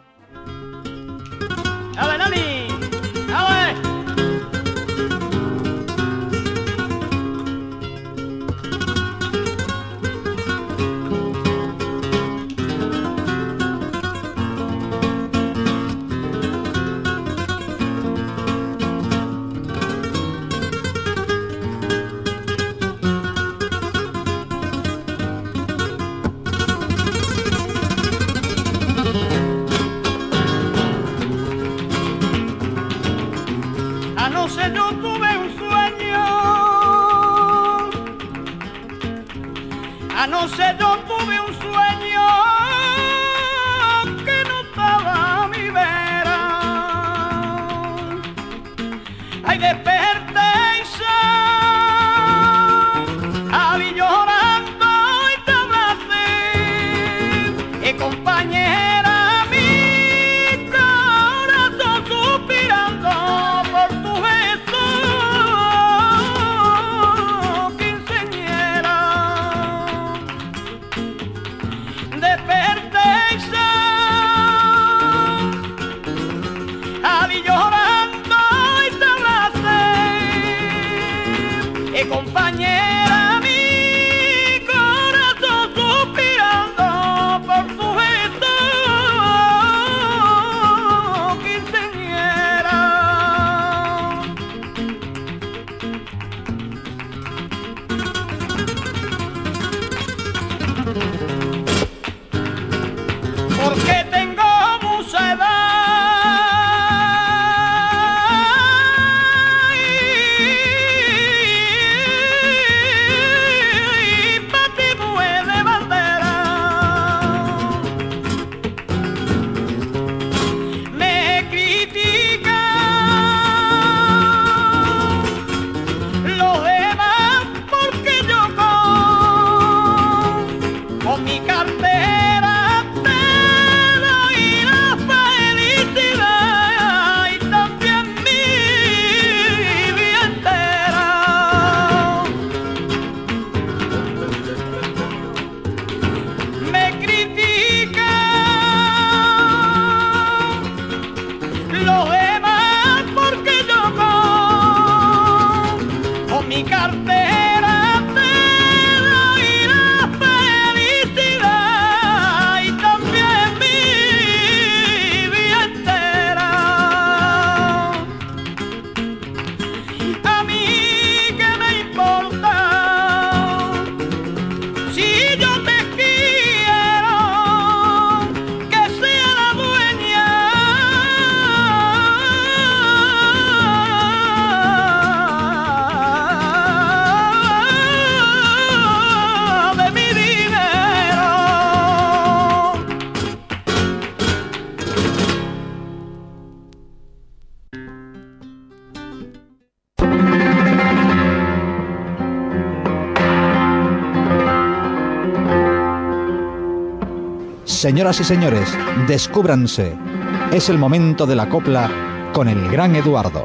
R: ¡A ver, Nani! ¡A ver! Anoche yo tuve un sueño, anoche yo tuve un sueño que no estaba a mi vera. Ay, desperté y salí llorando y te abracé, y compañera, mi corazón suspirando por tu beso, quinceañera. Desperté y salí llorando y te abracé, y compañera, mi corazón suspirando por tu beso, quinceañera. Porque tengo mucha edad y pa' ti mujer de bandera. Me critican los demás porque yo con, con mi cartera te doy la felicidad y también mi vida entera. Me critican los demás porque yo con, con mi cartera te doy la felicidad y también mi vida entera. A mí que me importa si yo te quiero, que sea la dueña de mi dinero.
E: Señoras y señores, descúbranse. Es el momento de la copla con el gran Eduardo.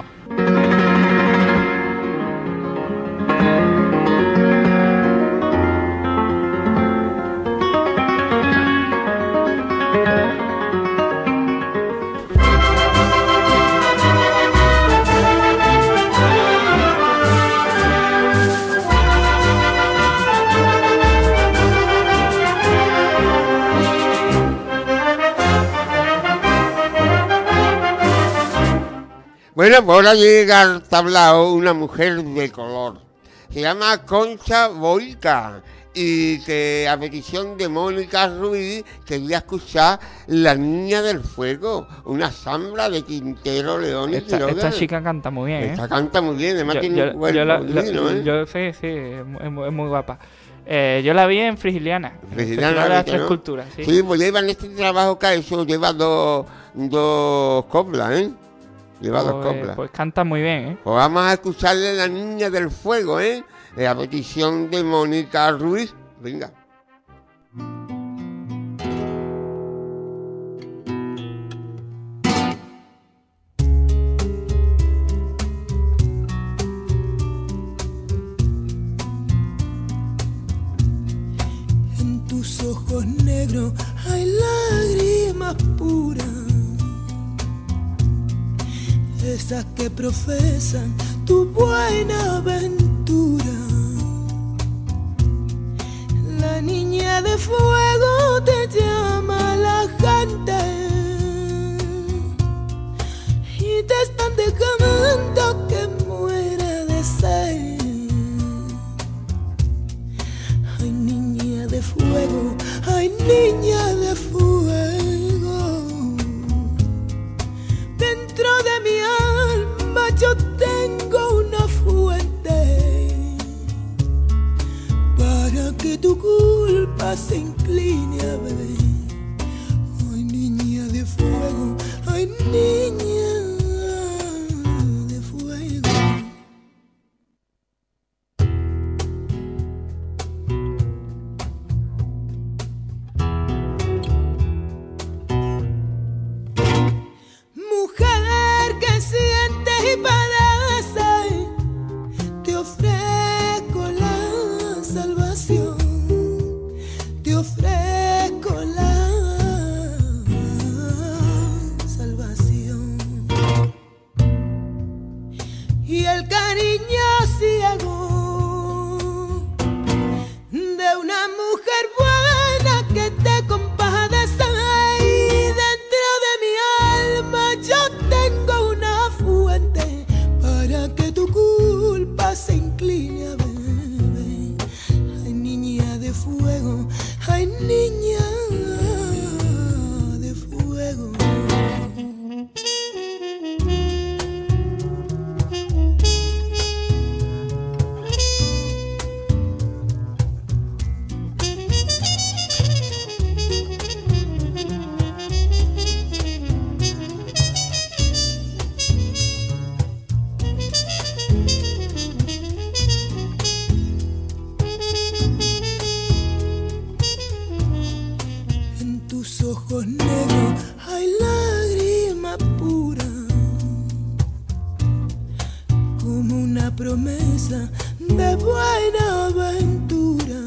C: Bueno, pues ahora llega al tablao una mujer de color. Se llama Concha Boica y que a petición de Mónica Ruiz quería escuchar La Niña del Fuego, una zambra de Quintero, León y
G: Esta,
C: Quiroga.
G: esta chica canta muy bien, ¿eh?
C: Esta canta muy bien, además
G: Yo-
C: tiene
G: yo-
C: un cuerpo
G: yo la-
C: divino,
G: la-
C: ¿eh?
G: yo- sí, sí, es mu- es muy, es muy guapa. Eh, yo la vi en Frigiliana. en el
C: Felicidades,
G: Festival de las
C: ¿no?
G: Tres Culturas, sí.
C: Sí, pues lleva en este trabajo que ha hecho, lleva dos, dos coplas, ¿eh? Lleva dos
G: Pues,
C: coplas.
G: pues canta muy bien, ¿eh?
C: Pues vamos a escucharle La Niña del Fuego, ¿eh? A petición de Mónica Ruiz. Venga.
S: esas que profesan tu buena aventura. La niña de fuego te llama la gente y te están dejando que muera de sed. Ay, niña de fuego, ay, niña de fuego. Dentro de mi alma yo tengo una fuente para que tu culpa se incline a ver. Ay, niña de fuego, ay, niña de fuego. Mujer que siente y padece, te ofrezco la salvación, te ofrezco la salvación. Y el cariño ciego de una mujer buena que te compadece. Y dentro de mi alma yo tengo una fuente para que tu culpa se incline a ver. Ay, niña de fuego, ay, niña de fuego. En tus ojos negros hay lágrima pura, como una promesa de buena aventura.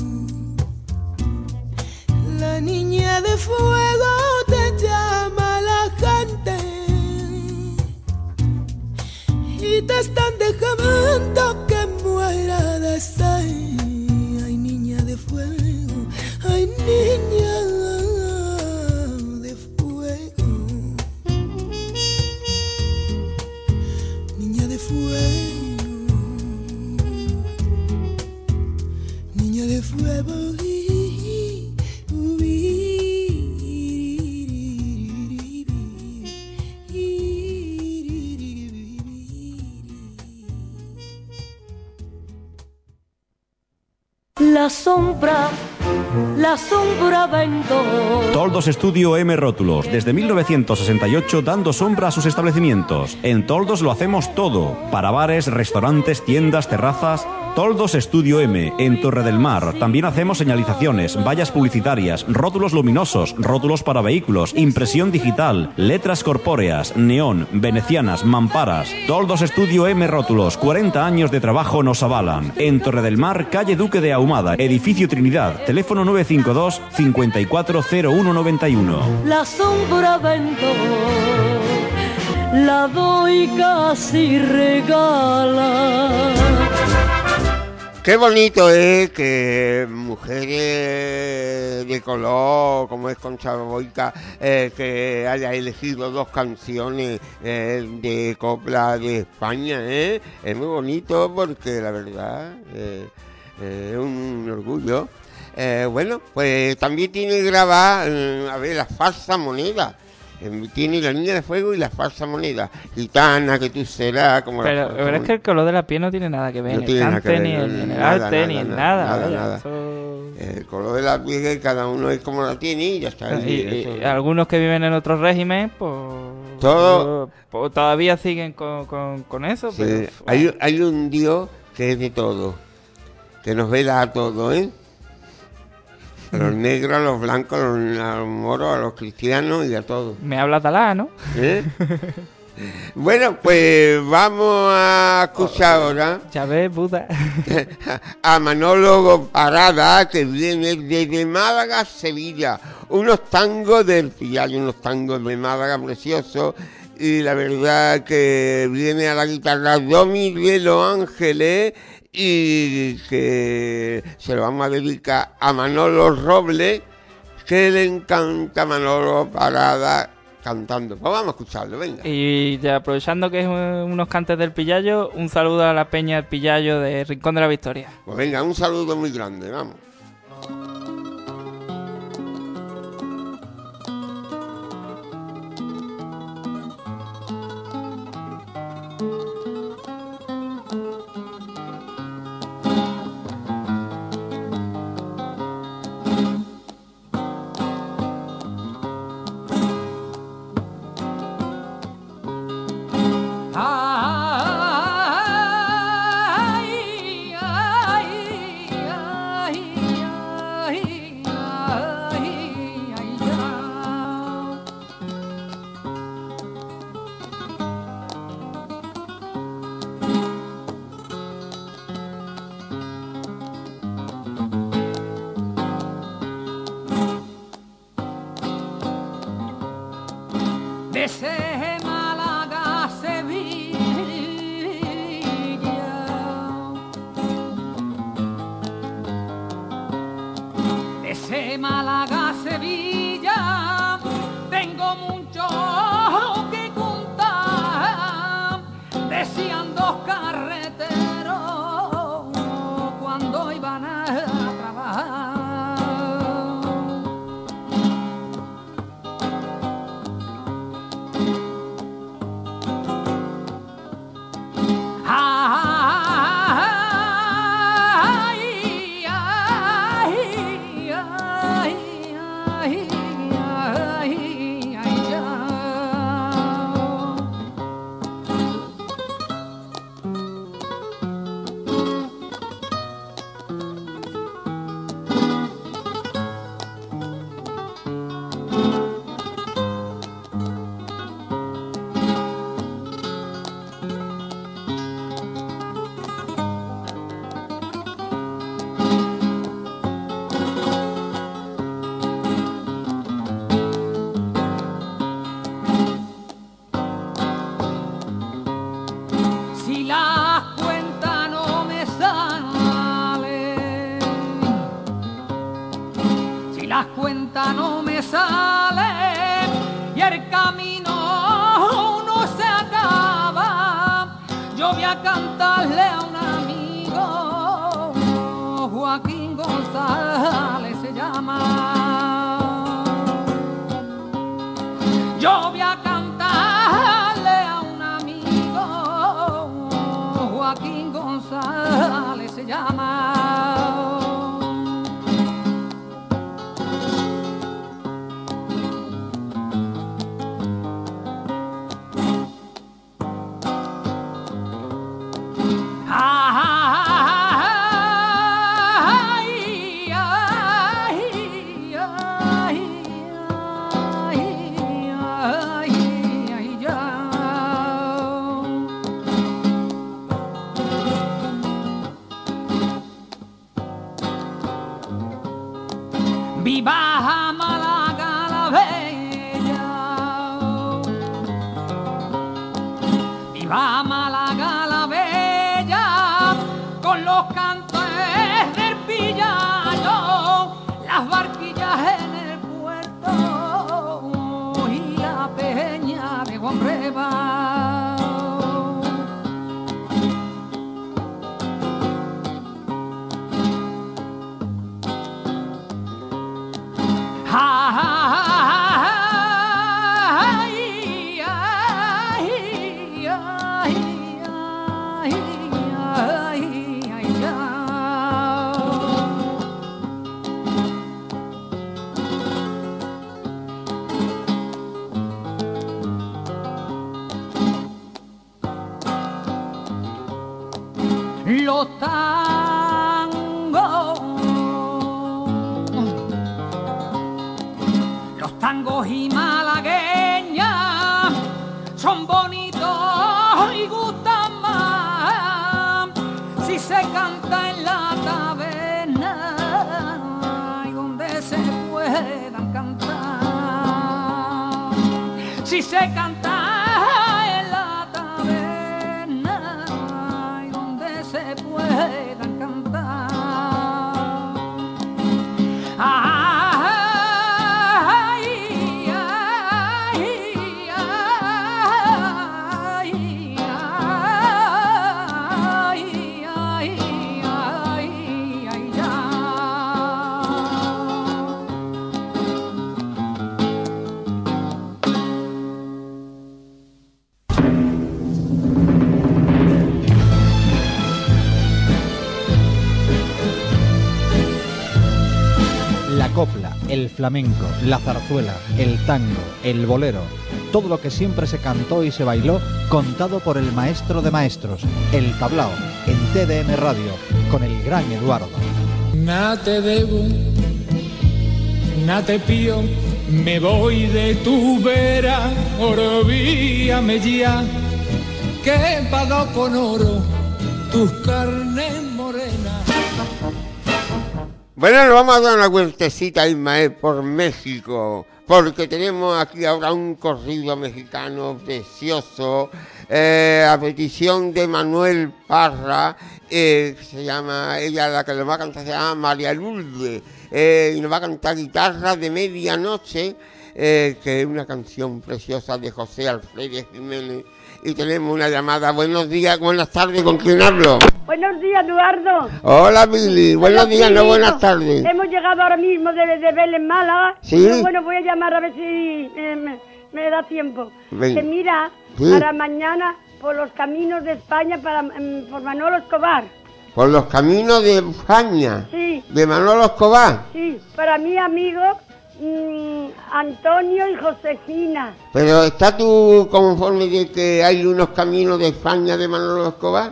S: La niña de fuego te llama la gente y te están dejando que muera de sed. Ay, niña de fuego, ay, niña de fuego. Niña de fuego, niña de fuego.
D: La sombra, la sombra vendó.
A: Toldos Estudio M Rótulos, desde mil novecientos sesenta y ocho dando sombra a sus establecimientos. En Toldos lo hacemos todo, para bares, restaurantes, tiendas, terrazas. Toldos Estudio M, en Torre del Mar. También hacemos señalizaciones, vallas publicitarias, rótulos luminosos, rótulos para vehículos, impresión digital, letras corpóreas, neón, venecianas, mamparas. Toldos Estudio M Rótulos, cuarenta años de trabajo nos avalan. En Torre del Mar, calle Duque de Ahumada, edificio Trinidad, teléfono nueve cinco dos, cinco cuatro cero uno nueve uno.
D: La sombra vendó, la doy casi regala.
C: Qué bonito es que mujeres de color, como es Concha Boica, eh, que haya elegido dos canciones eh, de copla de España, ¿eh? Es muy bonito porque la verdad eh, eh, es un orgullo. Eh, bueno, pues también tiene grabada, eh, a ver, la falsa moneda. Tiene la niña de fuego y la falsa moneda. Gitana que tú serás, como
G: pero,
C: la
G: pero es que el color de la piel no tiene nada que ver
C: no
G: en el cante, ni en, en el arte,
C: nada,
G: ni en
C: nada.
G: nada.
C: nada,
G: vaya,
C: nada.
G: Eso...
C: El color de la piel, cada uno es como la tiene y ya está.
G: Y, y,
C: eso...
G: y algunos que viven en otro régimen, pues,
C: todo...
G: pues todavía siguen con, con, con eso.
C: Sí.
G: Pero,
C: hay, hay un Dios que es de todo, que nos vela a todo, ¿eh? A los negros, a los blancos, a los, a los moros, a los cristianos y a todos.
G: Me habla talá, ¿no?
C: ¿Eh? Bueno, pues vamos a escuchar ahora
G: ya ves, Buda.
C: a Manolo Parada, que viene desde Málaga, Sevilla. Unos tangos del Hay unos tangos de Málaga preciosos y la verdad que viene a la guitarra Domi Rielo Ángeles y que se lo vamos a dedicar a Manolo Robles, que le encanta a Manolo Parada cantando. Pues vamos a escucharlo, venga.
G: Y ya aprovechando que es unos cantes del Pillallo, un saludo a la peña del Pillallo de Rincón de la Victoria.
C: Pues venga, un saludo muy grande, vamos.
B: Desde Málaga a Sevilla, desde Málaga a Sevilla, tengo mucho que contar. Decían dos carreteros cuando iban a trabajar. Si las cuentas no me salen, si las cuentas no me salen y el camino no se acaba, yo voy a cantarle a un amigo, Joaquín González se llama. Yo voy a cantarle a un amigo, Joaquín González se llama. Ay, ay, ay, ay, ay, ay, ya. Viva Málaga la bella, viva Málaga la bella, con los cantos del Pillallo, las barquillas en el puerto y la peña de Juan Breva. Ay, ay, ay, ay, ay, ay, ya. Los tangos, los tangos y malagueñas son bonitos y gustan más si se canta en la taberna y donde se puedan cantar. Si se canta
E: copla, el flamenco, la zarzuela, el tango, el bolero, todo lo que siempre se cantó y se bailó, contado por el maestro de maestros, el tablao, en T D M Radio, con el gran Eduardo.
F: Nada te debo, nada te pío, me voy de tu vera, olvídame ya, que he pagado con oro tus carnes morenas.
C: Bueno, nos vamos a dar una vueltecita, Ismael, por México, porque tenemos aquí ahora un corrido mexicano precioso, eh, a petición de Manuel Parra, eh, que se llama, ella la que lo va a cantar se llama María Lourdes, eh, y nos va a cantar Guitarra de Medianoche, eh, que es una canción preciosa de José Alfredo Jiménez. Y tenemos una llamada. Buenos días, buenas tardes, ¿con quién hablo?
T: Buenos días, Eduardo.
C: Hola, Billy. Buenos
T: Hola,
C: días,
T: Pilito.
C: no buenas tardes.
T: Hemos llegado ahora mismo de, de Vélez, Málaga.
C: Sí.
T: Pero bueno, voy a llamar a ver si eh, me, me da tiempo.
C: Venga.
T: Que mira,
C: Sí.
T: para mañana, por los caminos de España, para mm, por Manolo Escobar.
C: Por los caminos de España.
T: Sí.
C: De Manolo Escobar.
T: Sí, para mi amigo mm, Antonio y Josefina.
C: Pero ¿está tú conforme de que hay unos caminos de España de Manolo Escobar?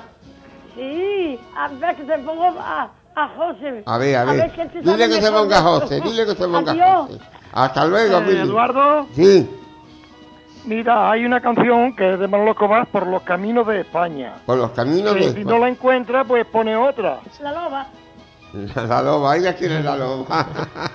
T: Sí, a ver que te pongo a, a José.
C: A ver, a ver.
T: que este
C: Dile
T: sabe
C: que se
T: mejor
C: ponga
T: de esto.
C: José, dile que se ponga
T: Adiós.
C: José. Hasta luego,
N: Eh,
C: Billy.
N: Eduardo.
C: Sí,
N: Mira, hay una canción que es de Manolo Escobar, Por los caminos de España.
C: por los caminos
N: Que
C: de
N: si
C: España.
N: no la encuentra, pues pone otra.
T: La loba.
C: La loba, ella quiere la loba.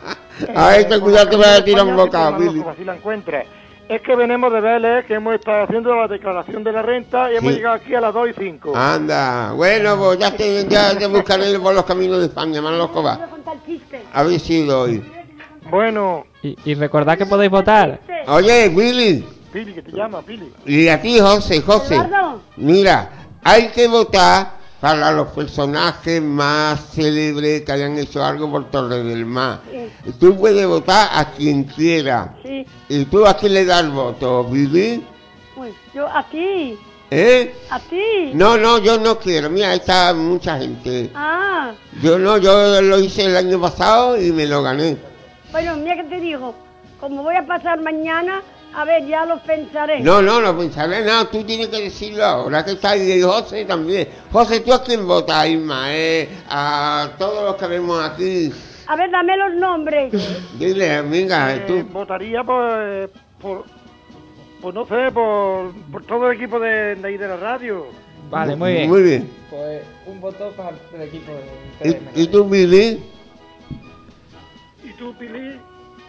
C: A ver, ten cuidado, te voy a tirar un bocado, Billy.
N: Si la encuentra. Es que venimos de Vélez, que hemos estado haciendo la declaración de la renta y hemos
C: Sí.
N: llegado aquí a las dos y cinco.
C: Anda, bueno, pues ya te, ya te buscaré por los caminos de España, Manolo Escobar. A ver si doy.
N: Bueno.
G: Y, y recordad que podéis votar.
C: Oye, Billy.
N: Pili, que te llama, Pili.
C: Y a ti, José, José.
T: Eduardo.
C: Mira, hay que votar para los personajes más célebres que hayan hecho algo por Torre del Mar.
T: Sí.
C: Tú puedes votar a quien quiera.
T: Sí.
C: ¿Y tú a quién le das el voto, Billy?
T: Pues yo a ti.
C: ¿Eh?
T: A ti.
C: No, no, yo no quiero. Mira, ahí está mucha gente.
T: Ah.
C: Yo no, yo lo hice el año pasado y me lo gané.
T: Bueno, mira que te digo. Como voy a pasar mañana, a ver, ya lo pensaré.
C: No, no, no pensaré nada, tú tienes que decirlo ahora que está ahí, y José también. José, ¿tú a quién votas, Isma? Eh? A todos los que vemos aquí.
T: A ver, dame los nombres.
C: Dile, venga,
N: Eh,
C: tú.
N: votaría por, por, por, no sé, por, por todo el equipo de, de ahí de la radio.
G: Vale, muy bien.
C: Muy bien.
G: Pues un voto para el equipo de
C: ¿Y, y tú, Billy?
N: ¿Y tú, Pili?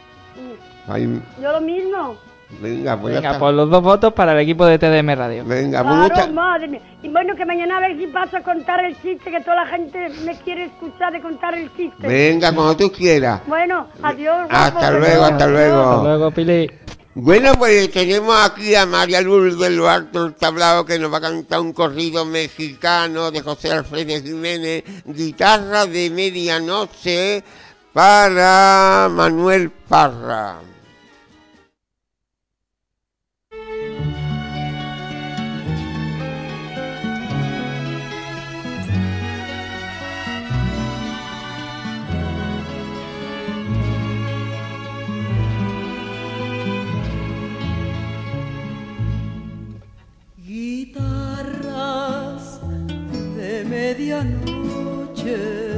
C: Ay,
T: Yo lo mismo.
C: venga, pues ya
G: Venga,
C: está.
G: pues los dos votos para el equipo de T D M Radio.
C: Venga, pues
T: Claro,
C: mucha-
T: madre mía. Y bueno, que mañana a ver si paso a contar el chiste, que toda la gente me quiere escuchar de contar el chiste.
C: Venga, cuando tú quieras.
T: Bueno, adiós.
C: Hasta
T: guapo.
C: luego, hasta luego.
G: Hasta luego, Pili.
C: Bueno, pues tenemos aquí a María Lourdes del Alto del Tablao, que nos va a cantar un corrido mexicano de José Alfredo Jiménez, Guitarra de Medianoche, para Manuel Parra.
B: Guitarras de medianoche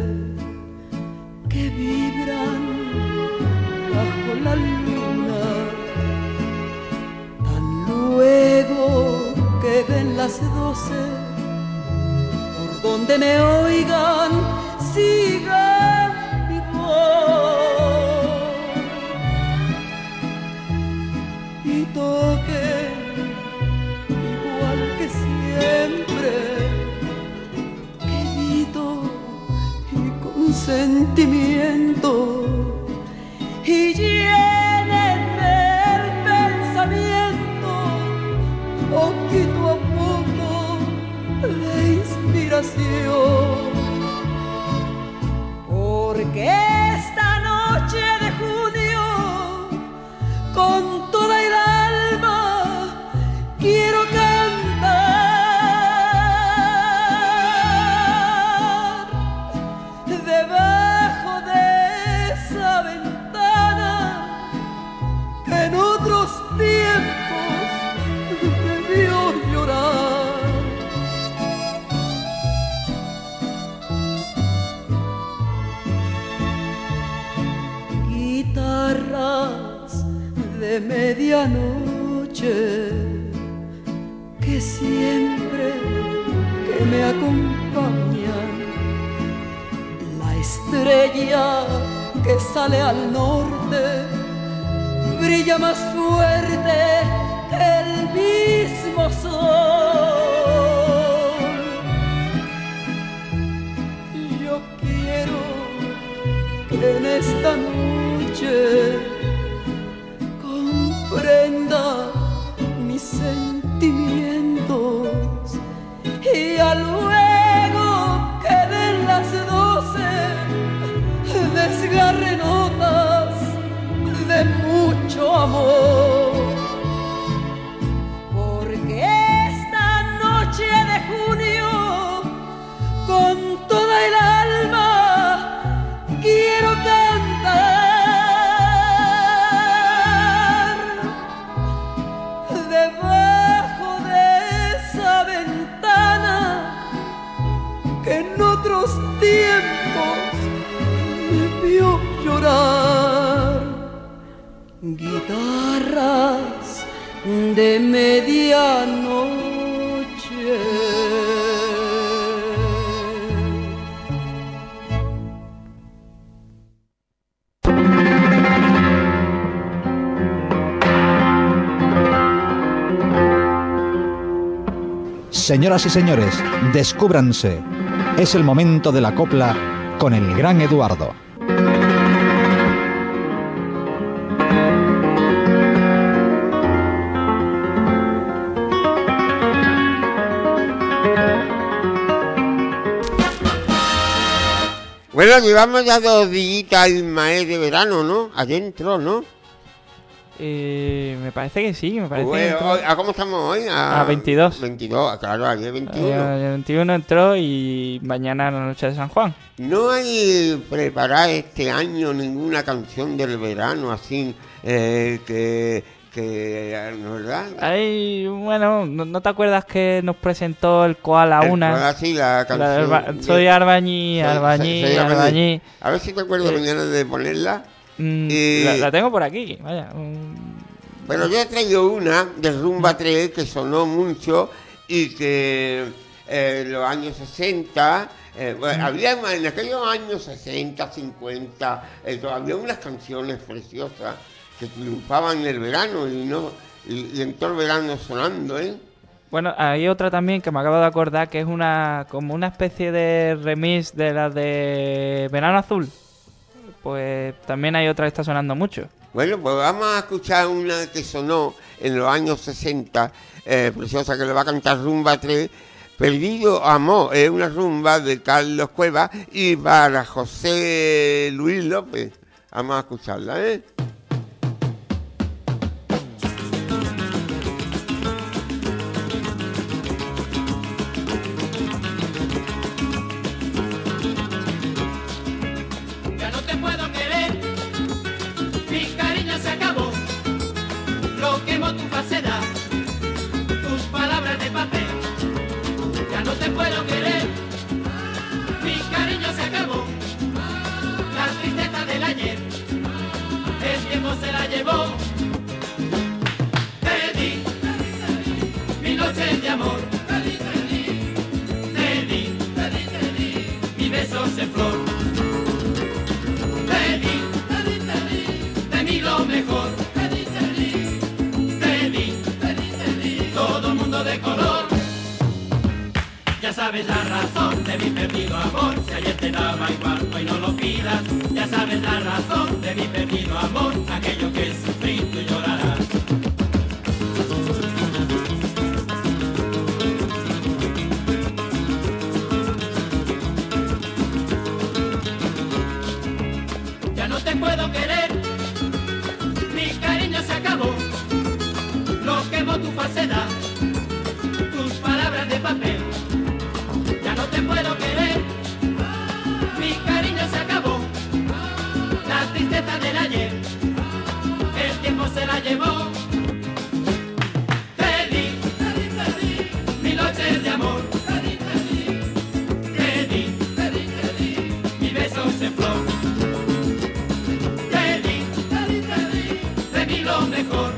B: que vibran bajo la luna, tan luego que den las doce, por donde me oigan, sigan mi voz y toquen igual que siempre, quedito y con sentimiento, y llénenme el pensamiento poquito a poco de inspiración, porque esta noche de junio con toda el alma quiero cantar debajo de esa ventana
U: de medianoche que siempre que me acompañan, la estrella que sale al norte brilla más fuerte que el mismo sol. Yo quiero que en esta noche comprenda mis sentimientos y a luego que den las doce desgarre notas de mucho amor, porque esta noche de junio con toda el alma quiero cantar debajo de esa ventana que en otros tiempos me vio llorar. Guitarras de medianoche.
E: Señoras y señores, descúbranse. Es el momento de la copla con el gran Eduardo.
C: Bueno, llevamos ya dos días al maíz de verano, ¿no? Adentro, ¿no?
G: Eh, me parece que sí, me parece
C: Bueno,
G: que entró...
C: hoy- ¿a cómo estamos hoy?
G: A veintidós.
C: veintidós, claro, ayer veintiuno.
G: Eh, el veintiuno entró y mañana la noche de San Juan.
C: ¿No hay preparar este año ninguna canción del verano así eh, que, que, ¿no, verdad?
G: Ay, bueno, ¿no, no te acuerdas que nos presentó el Koala
C: El
G: una?
C: Koala, sí, la canción.
G: del ba- soy Arbañí,
C: Soy-
G: Arbañí,
C: soy- soy
G: Arbañí.
C: A ver si te acuerdo
G: Eh,
C: mañana de ponerla.
G: Mm,
C: Y-
G: la, la tengo por aquí, vaya. mm,
C: Bueno, yo he traído una de Rumba tres que sonó mucho y que eh, en los años sesenta, eh, bueno, había en aquellos años sesenta, cincuenta, eh, había unas canciones preciosas que triunfaban en el verano y no y, y en todo el verano sonando, ¿eh?
G: Bueno, hay otra también que me acabo de acordar que es una como una especie de remix de la de Verano Azul. Pues también hay otra que está sonando mucho.
C: Bueno, pues vamos a escuchar una que sonó en los años sesenta, eh, preciosa, que le va a cantar Rumba tres, Perdido Amor, es una rumba de Carlos Cuevas y para José Luis López. Vamos a escucharla, ¿eh?
O: Ya no te puedo querer, mi cariño se acabó, lo quemó tu falsedad, tus palabras de papel. Ya no te puedo querer, mi cariño se acabó, la tristeza del ayer, el tiempo se la llevó. Te di mi noche de amor, te di, te di mi besos en flor. Te di, te di, te di, de mí lo mejor. Te di, te di, te di, te di, te di, todo el mundo de color. Ya sabes la razón de mi perdido amor. Si ayer te daba igual, hoy no lo pidas. Ya sabes la razón de mi perdido amor. Aquello que sufrí, tú llorarás. Ya no te puedo querer, mi cariño se acabó, lo quemó tu falsedad, tus palabras de papel. Ya no te puedo querer, mi cariño se acabó, la tristeza del ayer, el tiempo se la llevó. Te di, te di, te di, mil noches de amor. Te di, te di, te di, te di, te di, mi besos en flor. Te di, te di, te di, de mí lo mejor.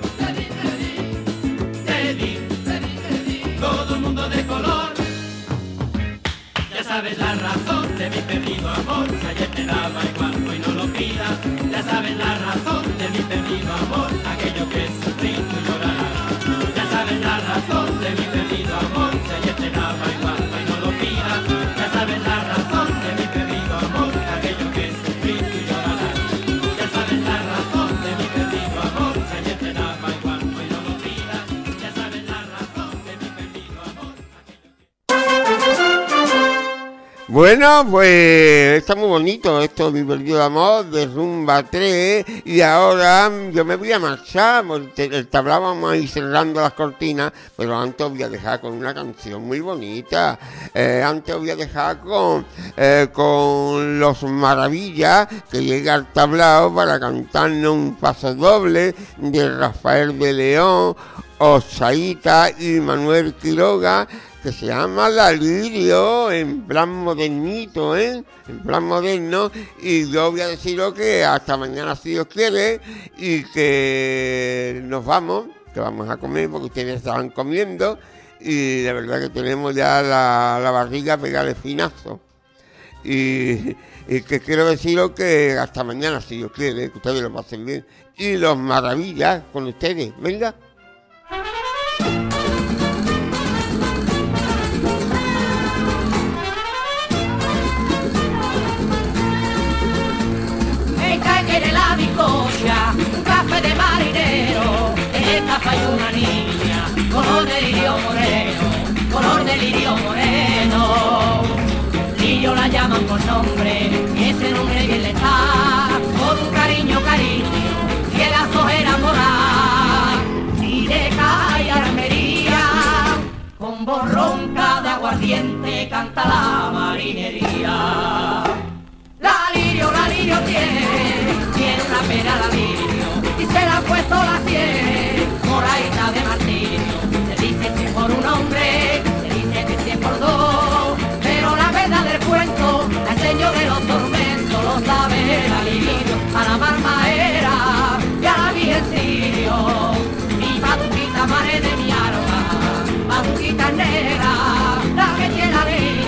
O: sabes la razón de mi perdido amor, si ayer te daba igual, hoy no lo pidas. Ya sabes la razón de mi perdido amor, aquello que sufrí tú llorarás. Ya sabes la razón de mi perdido amor, si ayer te daba igual, hoy no lo pidas. Ya sabes la razón de mi perdido amor, aquello que sufrí tú llorarás. Ya sabes la razón de mi perdido amor, si ayer te daba igual, hoy no lo pidas. Ya sabes la razón de mi perdido amor.
C: Bueno, pues está muy bonito esto, Mi perdido amor, de Rumba tres, y ahora yo me voy a marchar, porque el tablao vamos a ir cerrando las cortinas, pero antes os voy a dejar con una canción muy bonita, eh, antes os voy a dejar con, eh, con Los Maravillas, que llega al tablao para cantarnos un paso doble de Rafael de León, Osaíta y Manuel Quiroga, que se llama La Lirio, en plan modernito, ¿eh? En plan moderno, y yo voy a deciros que hasta mañana si Dios quiere, y que nos vamos, que vamos a comer porque ustedes estaban comiendo, y la verdad que tenemos ya la, la barriga pegada de finazo. Y, y que quiero deciros que hasta mañana si Dios quiere, que ustedes lo pasen bien, y Los Maravillas con ustedes, venga.
U: De la bizcocha, un café de marinero, el café y una niña, color de lirio moreno, color de lirio moreno. Lirio la llaman por nombre, y ese nombre bien le está, con un cariño, cariño, y el azo enamorar. Si le cae armería, con borronca de aguardiente canta la marinería. La lirio, la lirio tiene, tiene una pena la lirio, y se la ha puesto la tiene, moradita de martirio. Se dice que por un hombre, se dice que si es por dos, pero la verdad del cuento, la enseño de los tormentos, lo sabe la lirio, a la marmaera y a la virgen sirio. Mi paduquita madre de mi arma, paduquita negra, la que tiene la lirio.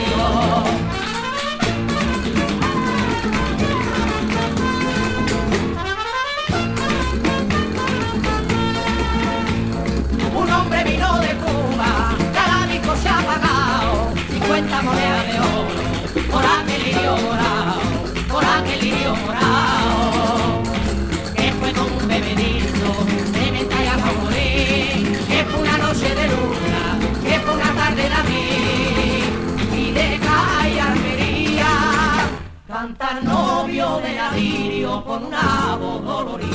U: Vino de Cuba, carábico se ha pagado, cincuenta monedas de oro, por aquel lirio morado, por aquel lirio morado, que fue como un bebedizo, de menta y agua morir, que fue una noche de luna, que fue una tarde de abril, y de calle armería, canta el novio de la lirio con una voz dolorida.